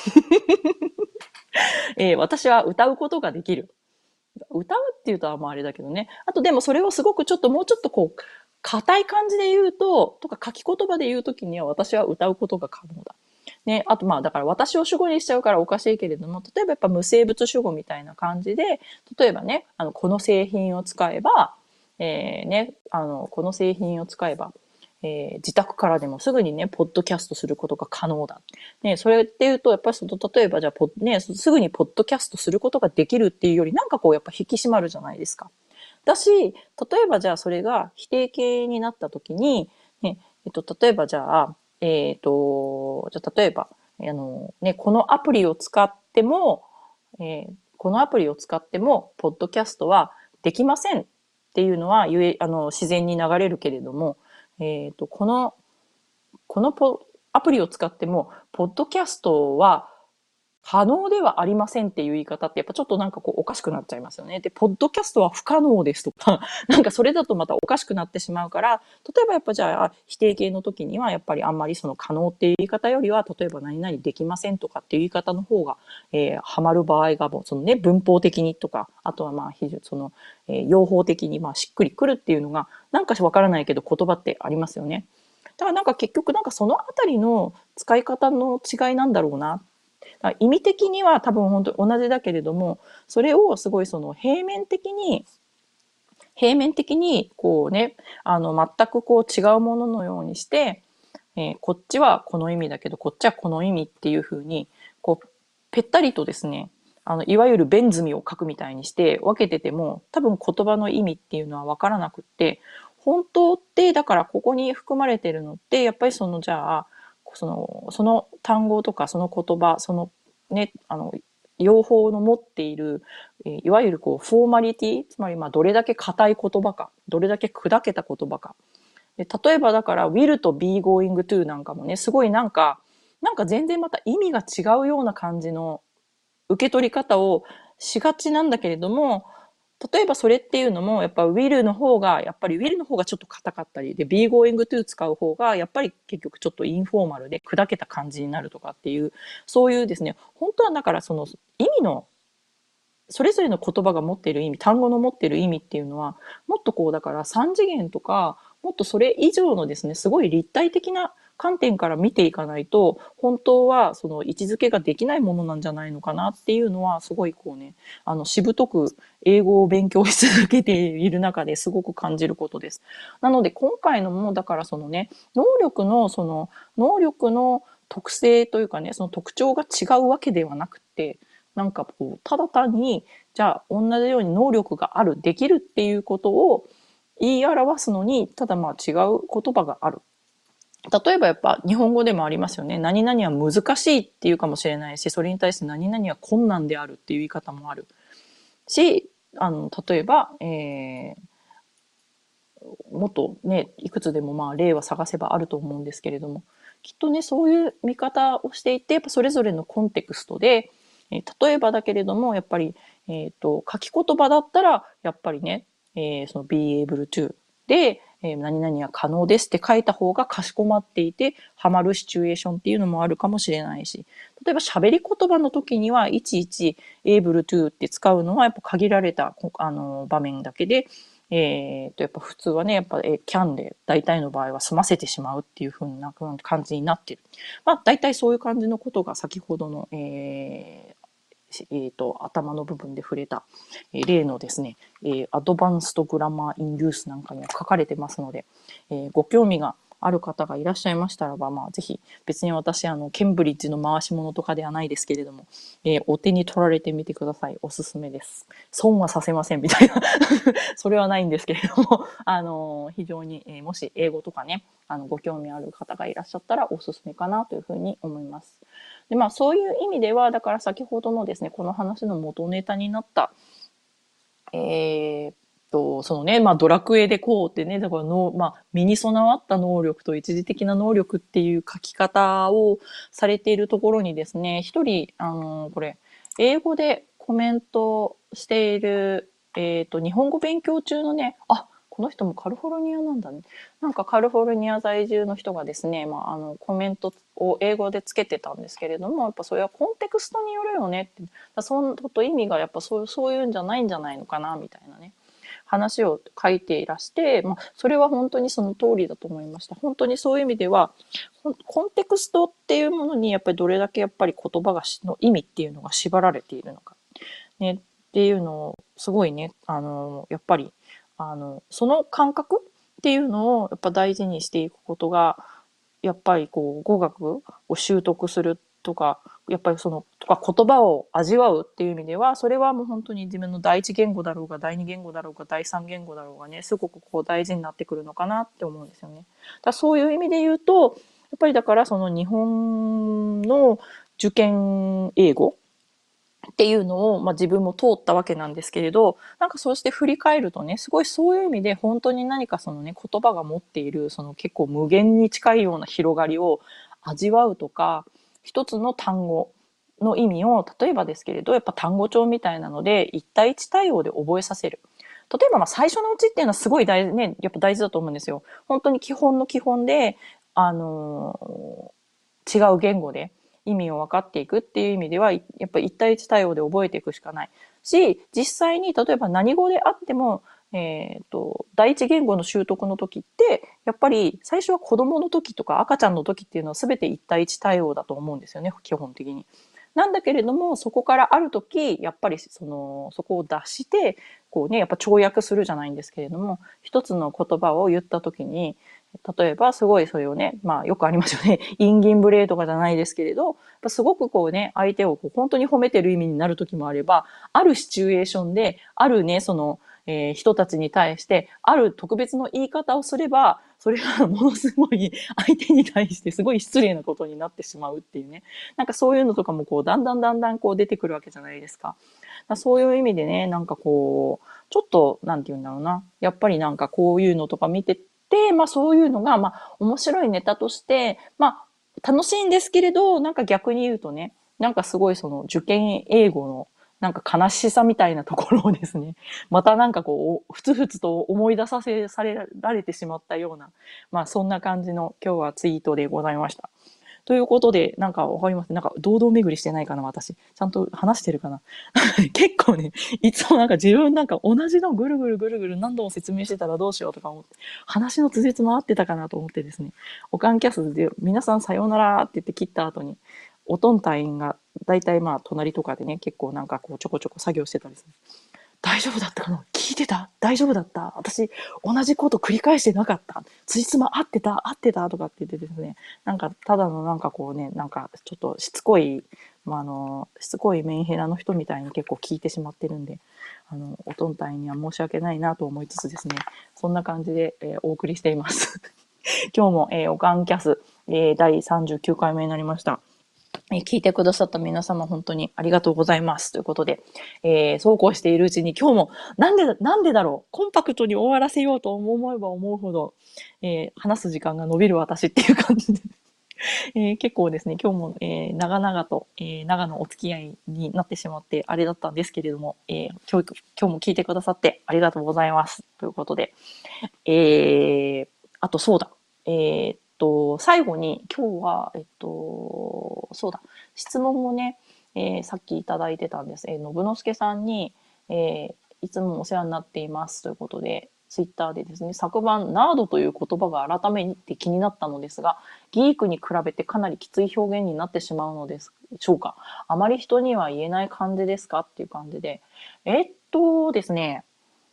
えー、私は歌うことができる。歌うっていうとあんまあれだけどね。あとでもそれをすごくちょっともうちょっとこう、硬い感じで言うと、とか書き言葉で言うときには私は歌うことが可能だ。ね、あとまあだから私を主語にしちゃうからおかしいけれども、例えばやっぱ無生物主語みたいな感じで、例えばね、あの、この製品を使えば、えー、ね、あの、この製品を使えば、えー、自宅からでもすぐにね、ポッドキャストすることが可能だ。ね、それっていうと、やっぱりその、例えばじゃあ、ね、すぐにポッドキャストすることができるっていうより、なんかこう、やっぱ引き締まるじゃないですか。だし、例えばじゃあそれが否定形になった時に、ね、えっと、例えばじゃあ、えっと、じゃあ例えば、あの、ね、このアプリを使っても、えーこのアプリを使っても、ポッドキャストはできませんっていうのは、ゆえ、あの、自然に流れるけれども、えっと、この、このポアプリを使っても、ポッドキャストは可能ではありませんっていう言い方ってやっぱちょっとなんかこうおかしくなっちゃいますよね。で、ポッドキャストは不可能ですとか、なんかそれだとまたおかしくなってしまうから、例えばやっぱじゃあ否定形の時にはやっぱりあんまりその可能っていう言い方よりは、例えば何々できませんとかっていう言い方の方が、えー、はまる場合がもうそのね、文法的にとか、あとはまあ非常にその、えー、用法的にまあしっくりくるっていうのが、なんかわからないけど言葉ってありますよね。だからなんか結局なんかそのあたりの使い方の違いなんだろうな。意味的には多分本当同じだけれども、それをすごいその平面的に、平面的にこうね、あの全くこう違うもののようにして、えー、こっちはこの意味だけど、こっちはこの意味っていう風に、こう、ぺったりとですね、あの、いわゆる弁積みを書くみたいにして分けてても、多分言葉の意味っていうのは分からなくって、本当って、だからここに含まれてるのって、やっぱりその、じゃあ、その、その単語とかその言葉、そのね、あの、用法の持っている、えーいわゆるこう、フォーマリティ、つまりまあ、どれだけ硬い言葉か、どれだけ砕けた言葉か。で例えばだから、will と be going to なんかもね、すごいなんか、なんか全然また意味が違うような感じの受け取り方をしがちなんだけれども、例えばそれっていうのも、やっぱ will の方が、やっぱり will の方がちょっと硬かったり、で、be going to 使う方が、やっぱり結局ちょっとインフォーマルで砕けた感じになるとかっていう、そういうですね、本当はだからその意味の、それぞれの言葉が持っている意味、単語の持っている意味っていうのは、もっとこうだからさん次元とか、もっとそれ以上のですね、すごい立体的な観点から見ていかないと、本当はその位置づけができないものなんじゃないのかなっていうのは、すごいこうね、あの、しぶとく英語を勉強し続けている中ですごく感じることです。なので今回のも、だからそのね、能力のその、能力の特性というかね、その特徴が違うわけではなくて、なんかこう、ただ単に、じゃあ同じように能力がある、できるっていうことを言い表すのに、ただまあ違う言葉がある。例えばやっぱ日本語でもありますよね。何々は難しいっていうかもしれないし、それに対して何々は困難であるっていう言い方もあるし、あの、例えば、えー、もっとね、いくつでもまあ例は探せばあると思うんですけれども、きっとね、そういう見方をしていて、やっぱそれぞれのコンテクストで、えー例えばだけれども、やっぱり、えっと、書き言葉だったら、やっぱりね、えーその be able to で、えー何々は可能ですって書いた方がかしこまっていて、ハマるシチュエーションっていうのもあるかもしれないし、例えば喋り言葉の時にはいちいち able to って使うのはやっぱ限られたあの場面だけで、 えー、と、やっぱ普通はね、やっぱ、えー、キャンで大体の場合は済ませてしまうっていう風な感じになってる。まあ、大体そういう感じのことが先ほどの、えーえー、と頭の部分で触れた、えー、例のですね、えー、アドバンストグラマーインユースなんかには書かれてますので、えー、ご興味がある方がいらっしゃいましたらば、まあ、ぜひ別に私あのケンブリッジの回し物とかではないですけれども、えー、お手に取られてみてください。おすすめです。損はさせませんみたいなそれはないんですけれども、あのー非常に、えーもし英語とかね、あのご興味ある方がいらっしゃったらおすすめかなというふうに思います。で、まあ、そういう意味では、だから先ほどのですね、この話の元ネタになった、えーっと、そのね、まあ、ドラクエでこうってね、だからの、まあ、身に備わった能力と一時的な能力っていう書き方をされているところにですね、一人、あの、これ、英語でコメントしている、えーっと、日本語勉強中のね、あ、この人もカリフォルニアなんだね。なんかカリフォルニア在住の人がですね、まあ、あの、コメントを英語でつけてたんですけれども、やっぱそれはコンテクストによるよねって、そのこと意味がやっぱそうそういうんじゃないんじゃないのかなみたいなね話を書いていらして、まあ、それは本当にその通りだと思いました。本当にそういう意味ではコンテクストっていうものにやっぱりどれだけやっぱり言葉がの意味っていうのが縛られているのか、ね、っていうのをすごいね、あのやっぱりあのその感覚っていうのをやっぱ大事にしていくことがやっぱりこう語学を習得するとか、やっぱりそのとか言葉を味わうっていう意味では、それはもう本当に自分の第一言語だろうが第二言語だろうが第三言語だろうがね、すごくこう大事になってくるのかなって思うんですよね。だそういう意味で言うと、やっぱりだからその日本の受験英語っていうのを、まあ、自分も通ったわけなんですけれど、なんかそうして振り返るとね、すごいそういう意味で本当に何かそのね、言葉が持っているその結構無限に近いような広がりを味わうとか、一つの単語の意味を、例えばですけれど、やっぱ単語帳みたいなので一対一対応で覚えさせる。例えばまあ最初のうちっていうのはすごい大事ね、やっぱ大事だと思うんですよ。本当に基本の基本で、あのー違う言語で意味を分かっていくっていう意味では、やっぱり一対一対応で覚えていくしかないし、実際に例えば何語であっても、えっと、第一言語の習得の時って、やっぱり最初は子供の時とか赤ちゃんの時っていうのは全て一対一対応だと思うんですよね、基本的に。なんだけれども、そこからある時、やっぱりその、そこを出して、こうね、やっぱ跳躍するじゃないんですけれども、一つの言葉を言った時に、例えばすごいそれをね、まあよくありますよね。インギンブレーとかじゃないですけれど、すごくこうね、相手をこう本当に褒めてる意味になる時もあれば、あるシチュエーションで、あるね、その、えー人たちに対して、ある特別の言い方をすれば、それがものすごい相手に対してすごい失礼なことになってしまうっていうね。なんかそういうのとかもこう、だんだんだんだんこう出てくるわけじゃないですか。だそういう意味でね、なんかこう、ちょっと、なんて言うんだろうな。やっぱりなんかこういうのとか見てて、まあそういうのが、まあ面白いネタとして、まあ楽しいんですけれど、なんか逆に言うとね、なんかすごいその受験英語のなんか悲しさみたいなところをですね、またなんかこう、ふつふつと思い出させされられてしまったような、まあそんな感じの今日はツイートでございました。ということで、なんかわかりますなんか堂々巡りしてないかな、私。ちゃんと話してるかな。結構ね、いつもなんか自分なんか同じのぐるぐるぐるぐる何度も説明してたらどうしようとか思って、話の続きも合ってたかなと思ってですね、おかんキャスで皆さんさようならって言って切った後に、おとん隊員が大体まあ隣とかでね、結構なんかこうちょこちょこ作業してたりする。大丈夫だったかな聞いてた大丈夫だった私、同じこと繰り返してなかった辻褄合ってた合ってたとかって言ってですね、なんか、ただのなんかこうね、なんかちょっとしつこい、まあ、あの、しつこいメンヘラの人みたいに結構聞いてしまってるんで、あの、おとんたいには申し訳ないなと思いつつですね、そんな感じで、えーお送りしています。今日も、えーおかんキャス、えーだいさんじゅうきゅうかいめになりました。聞いてくださった皆様本当にありがとうございます。ということで、えー、そうこうしているうちに今日もなんで、なんでだろうコンパクトに終わらせようと思えば思うほど、えー、話す時間が伸びる私っていう感じで、えー、結構ですね、今日も、えー、長々と、えー、長のお付き合いになってしまってあれだったんですけれども、えー、今日、今日も聞いてくださってありがとうございます。ということで、えー、あとそうだ。えーっと、最後に今日は、えっと、そうだ。質問をね、えーさっきいただいてたんです。えー、信之助さんに、えーいつもお世話になっていますということで、 ツイッターでですね、昨晩ナードという言葉が改めて気になったのですが、ギークに比べてかなりきつい表現になってしまうのでしょうか。あまり人には言えない感じですかっていう感じで。えっとですね、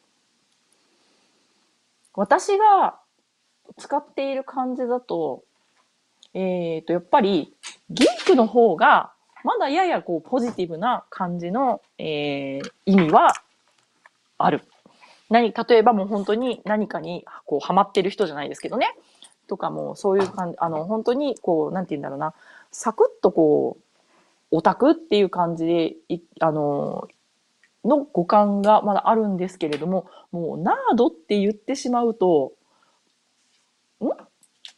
私が使っている感じだと、えっと、やっぱり、ギークの方が、まだややこう、ポジティブな感じの、えー、意味はある。何、例えばもう本当に何かに、こう、ハマってる人じゃないですけどね。とかも、そういう感じ、あの、本当に、こう、なんて言うんだろうな、サクッとこう、オタクっていう感じで、いあの、の語感がまだあるんですけれども、もう、ナードって言ってしまうと、ん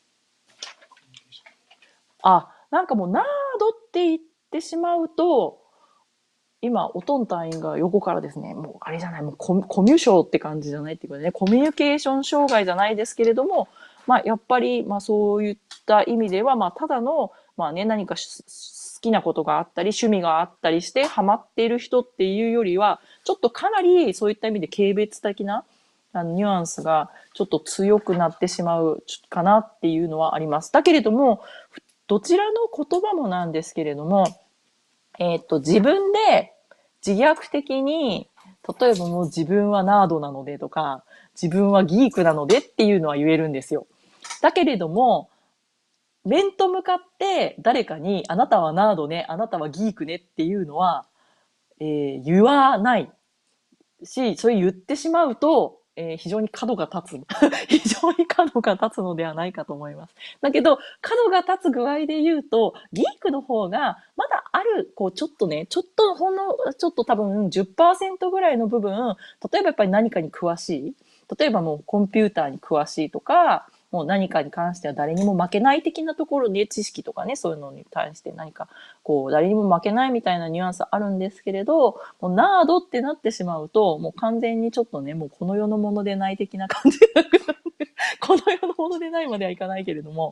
あ、なんかもうナードって言ってしまうと、今、おとん隊員が横からですね、もうあれじゃない、もうコミコミュ障って感じじゃないっていうかね、コミュニケーション障害じゃないですけれども、まあ、やっぱり、まあそういった意味では、まあただの、まあね、何か好きなことがあったり、趣味があったりして、ハマっている人っていうよりは、ちょっとかなりそういった意味で軽蔑的な、あのニュアンスがちょっと強くなってしまうかなっていうのはあります。だけれども、どちらの言葉もなんですけれども、えっと、自分で自虐的に、例えばもう自分はナードなのでとか、自分はギークなのでっていうのは言えるんですよ。だけれども、面と向かって誰かに、あなたはナードね、あなたはギークねっていうのは、えー言わないし、それ言ってしまうと、えー非常に角が立つ。非常に角が立つのではないかと思います。だけど、角が立つ具合で言うと、ギークの方が、まだある、こう、ちょっとね、ちょっと、ほんの、ちょっと多分じゅっパーセントぐらいの部分、例えばやっぱり何かに詳しい。例えばもうコンピューターに詳しいとか、もう何かに関しては誰にも負けない的なところで知識とかね、そういうのに対して何かこう誰にも負けないみたいなニュアンスあるんですけれど、もうナードってなってしまうと、もう完全にちょっとね、もうこの世のものでない的な感じがこの世のものでないまではいかないけれども、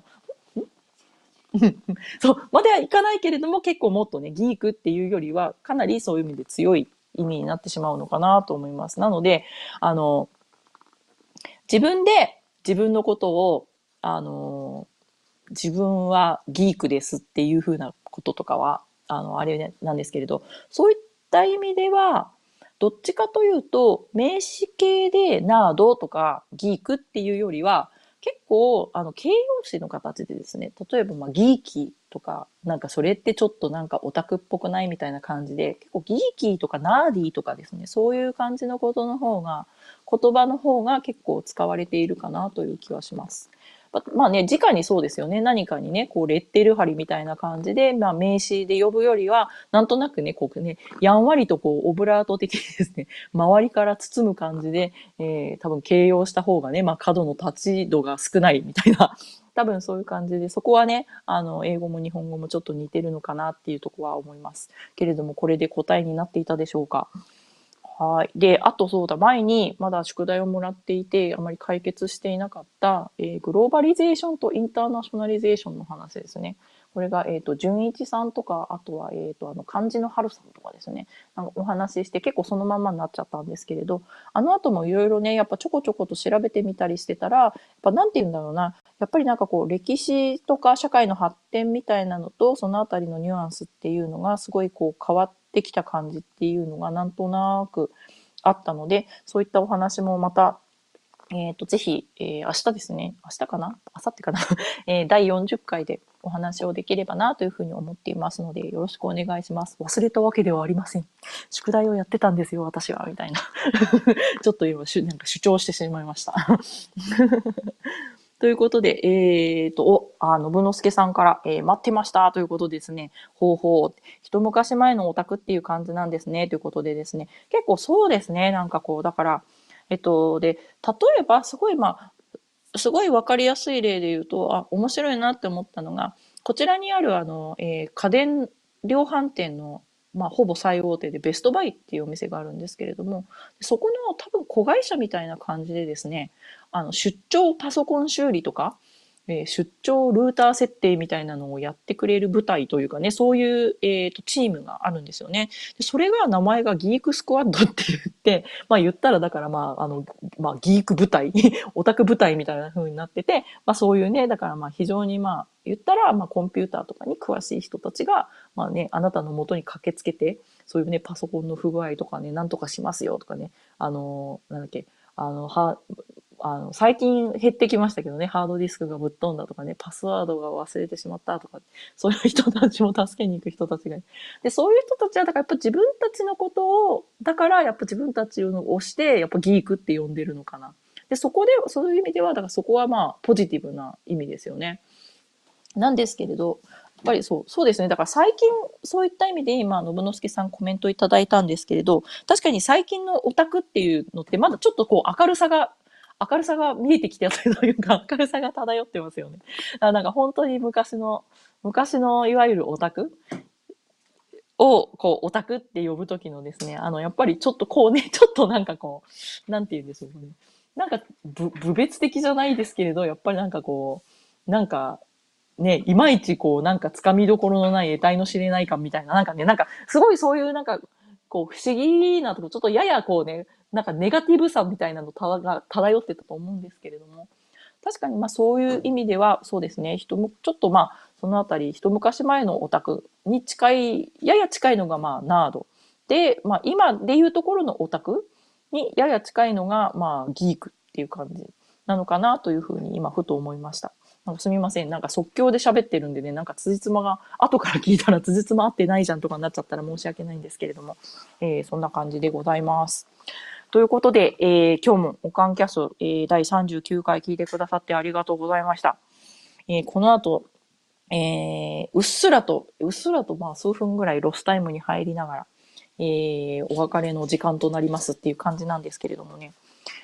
そう、まではいかないけれども、結構もっとね、ギークっていうよりは、かなりそういう意味で強い意味になってしまうのかなと思います。なので、あの、自分で自分のことを、あの、自分はギークですっていうふうなこととかは、あの、あれなんですけれど、そういった意味では、どっちかというと、名詞形でナードとかギークっていうよりは、結構、あの、形容詞の形でですね、例えば、まあ、ギーキーとか、なんかそれってちょっとなんかオタクっぽくないみたいな感じで、結構ギーキーとかナーディーとかですね、そういう感じのことの方が、言葉の方が結構使われているかなという気はします。まあね、直にそうですよね。何かにね、こう、レッテル貼りみたいな感じで、まあ、名詞で呼ぶよりは、なんとなくね、こうね、やんわりとこう、オブラート的にですね、周りから包む感じで、えー、多分形容した方がね、まあ、角の立ち度が少ないみたいな、多分そういう感じで、そこはね、あの、英語も日本語もちょっと似てるのかなっていうところは思います。けれども、これで答えになっていたでしょうか。はい。で、あとそうだ、前にまだ宿題をもらっていて、あまり解決していなかった、えーグローバリゼーションとインターナショナリゼーションの話ですね。これが、えっ、と、純一さんとか、あとは、えっ、と、あの、漢字の春さんとかですね。なんかお話しして、結構そのままになっちゃったんですけれど、あの後もいろいろね、やっぱちょこちょこと調べてみたりしてたら、やっぱなんて言うんだろうな、やっぱりなんかこう、歴史とか社会の発展みたいなのと、そのあたりのニュアンスっていうのが、すごいこう、変わってきた感じっていうのが、なんとなく、あったので、そういったお話もまた、えっ、と、ぜひ、えー明日ですね。明日かな明後日かなえーだいよんじゅっかいでお話をできればなというふうに思っていますので、よろしくお願いします。忘れたわけではありません。宿題をやってたんですよ、私は、みたいな。ちょっと今、なんか主張してしまいました。ということで、えーと、お、あ、信之助さんから、えー待ってましたということですね。ほうほう。一昔前のオタクっていう感じなんですね。ということでですね。結構そうですね。なんかこう、だから、えっと、で、例えば、すごい、まあ、すごいわかりやすい例で言うと、あ、面白いなって思ったのが、こちらにあるあの、えー家電量販店の、まあ、ほぼ最大手でベストバイっていうお店があるんですけれども、そこの多分子会社みたいな感じでですね、あの出張パソコン修理とかえー出張ルーター設定みたいなのをやってくれる部隊というかね、そういう、えーと、チームがあるんですよね。でそれが名前がギークスクワッドって言って、まあ言ったらだからまあ、あの、まあギーク部隊、オタク部隊みたいな風になってて、まあそういうね、だからまあ非常にまあ言ったらまあコンピューターとかに詳しい人たちが、まあね、あなたの元に駆けつけて、そういうね、パソコンの不具合とかね、なんとかしますよとかね、あの、なんだっけ、あの、は、あの、最近減ってきましたけどね、ハードディスクがぶっ飛んだとかね、パスワードが忘れてしまったとか、そういう人たちも助けに行く人たちがいる。で、そういう人たちは、だからやっぱ自分たちのことを、だからやっぱ自分たちを推して、やっぱギークって呼んでるのかな。で、そこで、そういう意味では、だからそこはまあ、ポジティブな意味ですよね。なんですけれど、やっぱりそう、そうですね。だから最近、そういった意味で今、信之助さんコメントいただいたんですけれど、確かに最近のオタクっていうのって、まだちょっとこう明るさが、明るさが見えてきてたというか、明るさが漂ってますよね。だからなんか本当に昔の、昔のいわゆるオタクを、こう、オタクって呼ぶときのですね、あの、やっぱりちょっとこうね、ちょっとなんかこう、なんて言うんでしょうね。なんか、ぶ、部別的じゃないですけれど、やっぱりなんかこう、なんか、ね、いまいちこう、なんか掴みどころのない得体の知れない感みたいな、なんかね、なんか、すごいそういうなんか、こう、不思議なとこ、ちょっとややこうね、なんかネガティブさみたいなのたが漂ってたと思うんですけれども、確かにまあそういう意味では、そうですね、人も、ちょっとまあ、そのあたり、一昔前のオタクに近い、やや近いのがまあ、ナード。で、まあ今でいうところのオタクにやや近いのがまあ、ギークっていう感じなのかなというふうに今、ふと思いました。なんかすみません。なんか即興で喋ってるんでね、なんか辻褄が、後から聞いたら辻褄合ってないじゃんとかになっちゃったら申し訳ないんですけれども、えーそんな感じでございます。ということで、えー今日もおかんキャス、えーだいさんじゅうきゅうかい聞いてくださってありがとうございました。えーこの後、えーうっすらと、うっすらとまあ数分ぐらいロスタイムに入りながら、えーお別れの時間となりますっていう感じなんですけれどもね。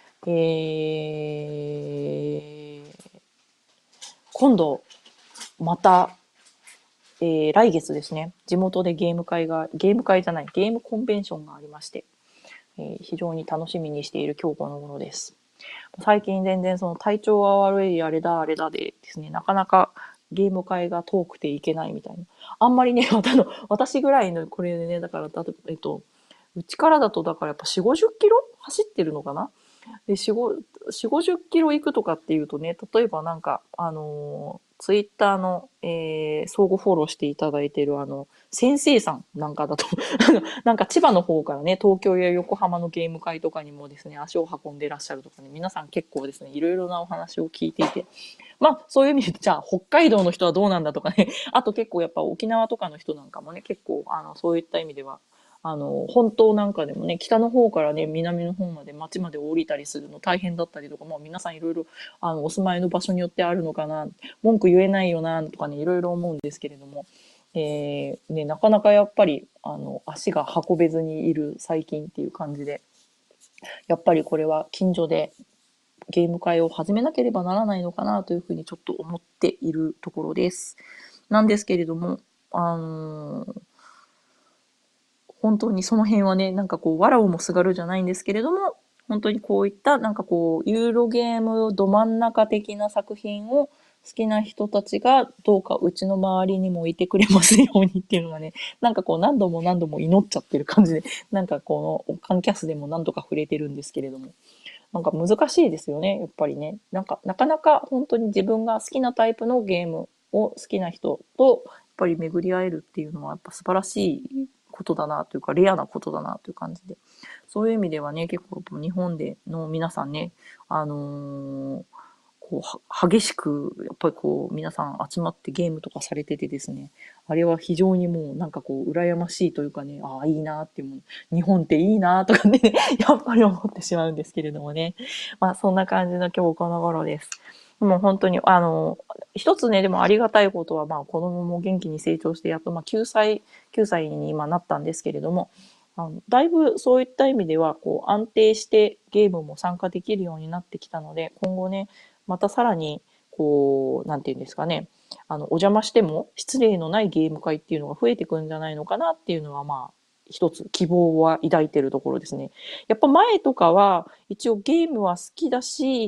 えー今度、また、えー来月ですね、地元でゲーム会が、ゲーム会じゃない、ゲームコンベンションがありまして、えー非常に楽しみにしている今日この頃です。最近全然その体調が悪いあれだあれだでですね、なかなかゲーム会が遠くていけないみたいな。あんまりね、私ぐらいのこれでね、だから、えっと、うちからだとだからやっぱよんじゅう、ごじゅっキロ走ってるのかなで、よん、ご、よん、ごじゅっキロ行くとかっていうとね、例えばなんか、あのーツイッターの、えー、相互フォローしていただいてるあの、先生さんなんかだとなんか千葉の方からね、東京や横浜のゲーム会とかにもですね、足を運んでいらっしゃるとかね、皆さん結構ですね、いろいろなお話を聞いていて、まあ、そういう意味で、じゃあ、北海道の人はどうなんだとかね、あと結構やっぱ沖縄とかの人なんかもね、結構、あの、そういった意味では、あの、本島なんかでもね、北の方からね、南の方まで町まで降りたりするの大変だったりとか、まあ皆さんいろいろ、あの、お住まいの場所によってあるのかな、文句言えないよな、とかね、いろいろ思うんですけれども、えー、ね、なかなかやっぱり、あの、足が運べずにいる最近っていう感じで、やっぱりこれは近所でゲーム会を始めなければならないのかなというふうにちょっと思っているところです。なんですけれども、あのー本当にその辺はね、なんかこう、わらをもすがるじゃないんですけれども、本当にこういった、なんかこう、ユーロゲームど真ん中的な作品を好きな人たちがどうかうちの周りにもいてくれますようにっていうのがね、なんかこう何度も何度も祈っちゃってる感じで、なんかこの、カンキャスでも何度か触れてるんですけれども、なんか難しいですよね、やっぱりね。なんか、なかなか本当に自分が好きなタイプのゲームを好きな人と、やっぱり巡り合えるっていうのは、やっぱ素晴らしいことだなというか、レアなことだなという感じで。そういう意味ではね、結構日本での皆さんね、あのーこうは激しくやっぱりこう皆さん集まってゲームとかされててですね、あれは非常にもうなんかこう羨ましいというかね、ああいいなっていうもう日本っていいなとかねやっぱり思ってしまうんですけれどもね、まあそんな感じの今日この頃です。もう本当にあの一つね、でもありがたいことは、まあ子供も元気に成長してやっとまあきゅうさいきゅうさいに今なったんですけれども、あのだいぶそういった意味ではこう安定してゲームも参加できるようになってきたので、今後ねまたさらに、こう、なんていうんですかね、あの、お邪魔しても失礼のないゲーム会っていうのが増えてくるんじゃないのかなっていうのは、まあ、一つ希望は抱いてるところですね。やっぱ前とかは、一応ゲームは好きだし、プ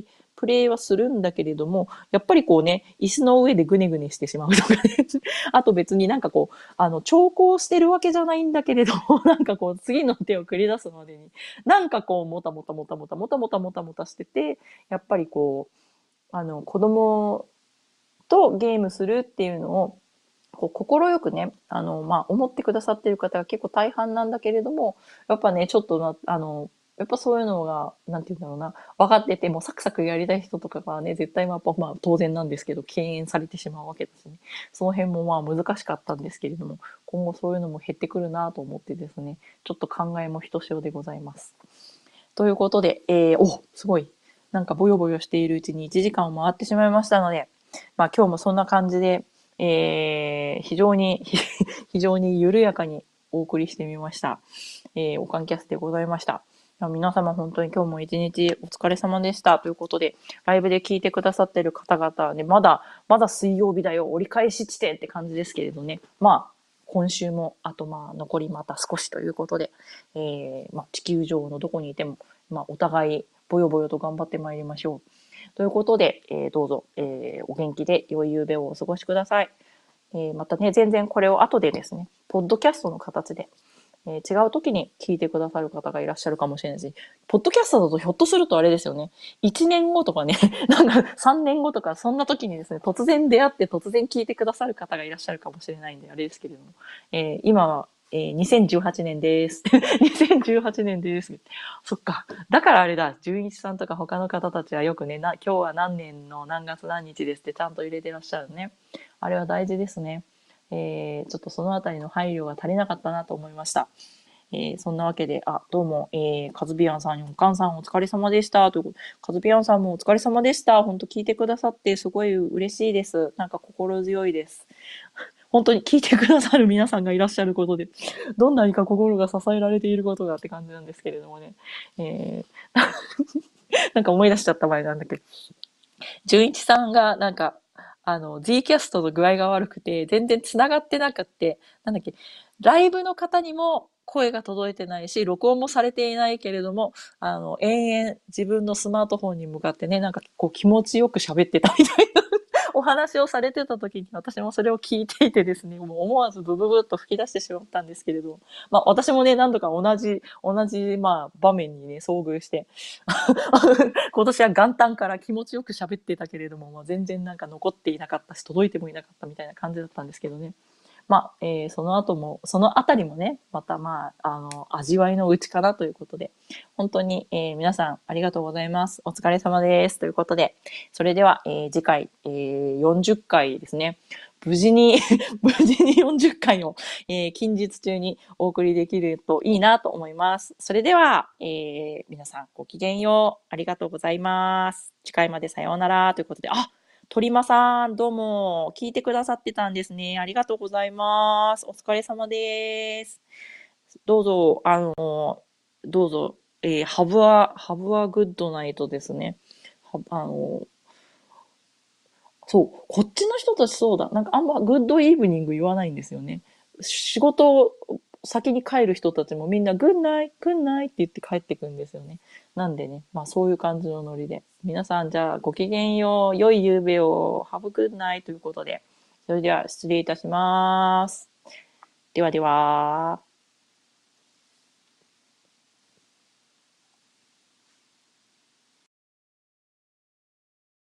プレイはするんだけれども、やっぱりこうね、椅子の上でぐねぐねしてしまうとかね。あと別になんかこう、あの、長考してるわけじゃないんだけれども、なんかこう、次の手を繰り出すまでに、なんかこう、もたもたもたもたもたもたもたもたしてて、やっぱりこう、あの、子供とゲームするっていうのを、こう心よくね、あの、まあ、思ってくださってる方が結構大半なんだけれども、やっぱね、ちょっとな、あの、やっぱそういうのが、なんて言うんだろうな、分かってて、もうサクサクやりたい人とかがね、絶対まあ、まあ、当然なんですけど、敬遠されてしまうわけですね。その辺もまあ難しかったんですけれども、今後そういうのも減ってくるなと思ってですね、ちょっと考えもひとしおでございます。ということで、えー、お、すごい。なんかボヨボヨしているうちにいちじかんを回ってしまいましたので、まあ今日もそんな感じで、えー、非常に、非常に緩やかにお送りしてみました。えー、おかんキャスでございました。皆様本当に今日も一日お疲れ様でしたということで、ライブで聞いてくださっている方々ね、まだ、まだ水曜日だよ、折り返し地点って感じですけれどね。まあ、今週もあとまあ残りまた少しということで、えーまあ、地球上のどこにいても、まあ、お互いぼよぼよと頑張ってまいりましょう。ということで、えー、どうぞ、えー、お元気で良い夕べをお過ごしください。えー、またね、全然これを後でですね、ポッドキャストの形で、えー、違う時に聞いてくださる方がいらっしゃるかもしれないし、ポッドキャストだとひょっとするとあれですよね。いちねんごとかね、なんかさんねんごとか、そんな時にですね、突然出会って突然聞いてくださる方がいらっしゃるかもしれないんで、あれですけれども、えー、今は、えー、にせんじゅうはちねんです。にせんじゅうはちねんです。そっか。だからあれだ、純一さんとか他の方たちはよくね、な、今日は何年の何月何日ですってちゃんと入れてらっしゃるね。あれは大事ですね。えー、ちょっとそのあたりの配慮が足りなかったなと思いました。えー、そんなわけで、あ、どうも、えー、カズビアンさん、おかんさんお疲れ様でした。ということで、カズビアンさんもお疲れ様でした。本当聞いてくださってすごい嬉しいです。なんか心強いです。本当に聞いてくださる皆さんがいらっしゃることで、どんなにか心が支えられていることがって感じなんですけれどもね。えー、なんか思い出しちゃった場合なんだけど、純一さんがなんか、あの、Z キャストの具合が悪くて、全然繋がってなくって、なんだっけ、ライブの方にも声が届いてないし、録音もされていないけれども、あの、延々自分のスマートフォンに向かってね、なんかこう気持ちよく喋ってたみたいなお話をされてた時に私もそれを聞いていてですね、もう思わずブブブッと吹き出してしまったんですけれど、まあ私もね、何度か同じ、同じ、まあ場面にね、遭遇して、今年は元旦から気持ちよく喋ってたけれども、まあ、全然なんか残っていなかったし、届いてもいなかったみたいな感じだったんですけどね。まあ、えー、その後も、そのあたりもね、またまあ、あの、味わいのうちかなということで、本当に、えー、皆さんありがとうございます。お疲れ様です。ということで、それでは、えー、次回、えー、よんじゅっかいですね。無事に無事によんじゅっかいを、えー、近日中にお送りできるといいなと思います。それでは、えー、皆さんごきげんよう。ありがとうございます。次回までさようならということで、あ、鳥間さん、どうも、聞いてくださってたんですね。ありがとうございます。お疲れ様です。どうぞ、あの、どうぞ、えー、ハブは、ハブはグッドナイトですね。はあの、そう、こっちの人たちそうだ。なんかあんまグッドイブニング言わないんですよね。仕事先に帰る人たちもみんなグッナイ、グッナイって言って帰ってくんですよね。なんでね、まあそういう感じのノリで。皆さんじゃあごきげんよう、良い夕べを、Have a good night ということで。それでは失礼いたします。ではでは。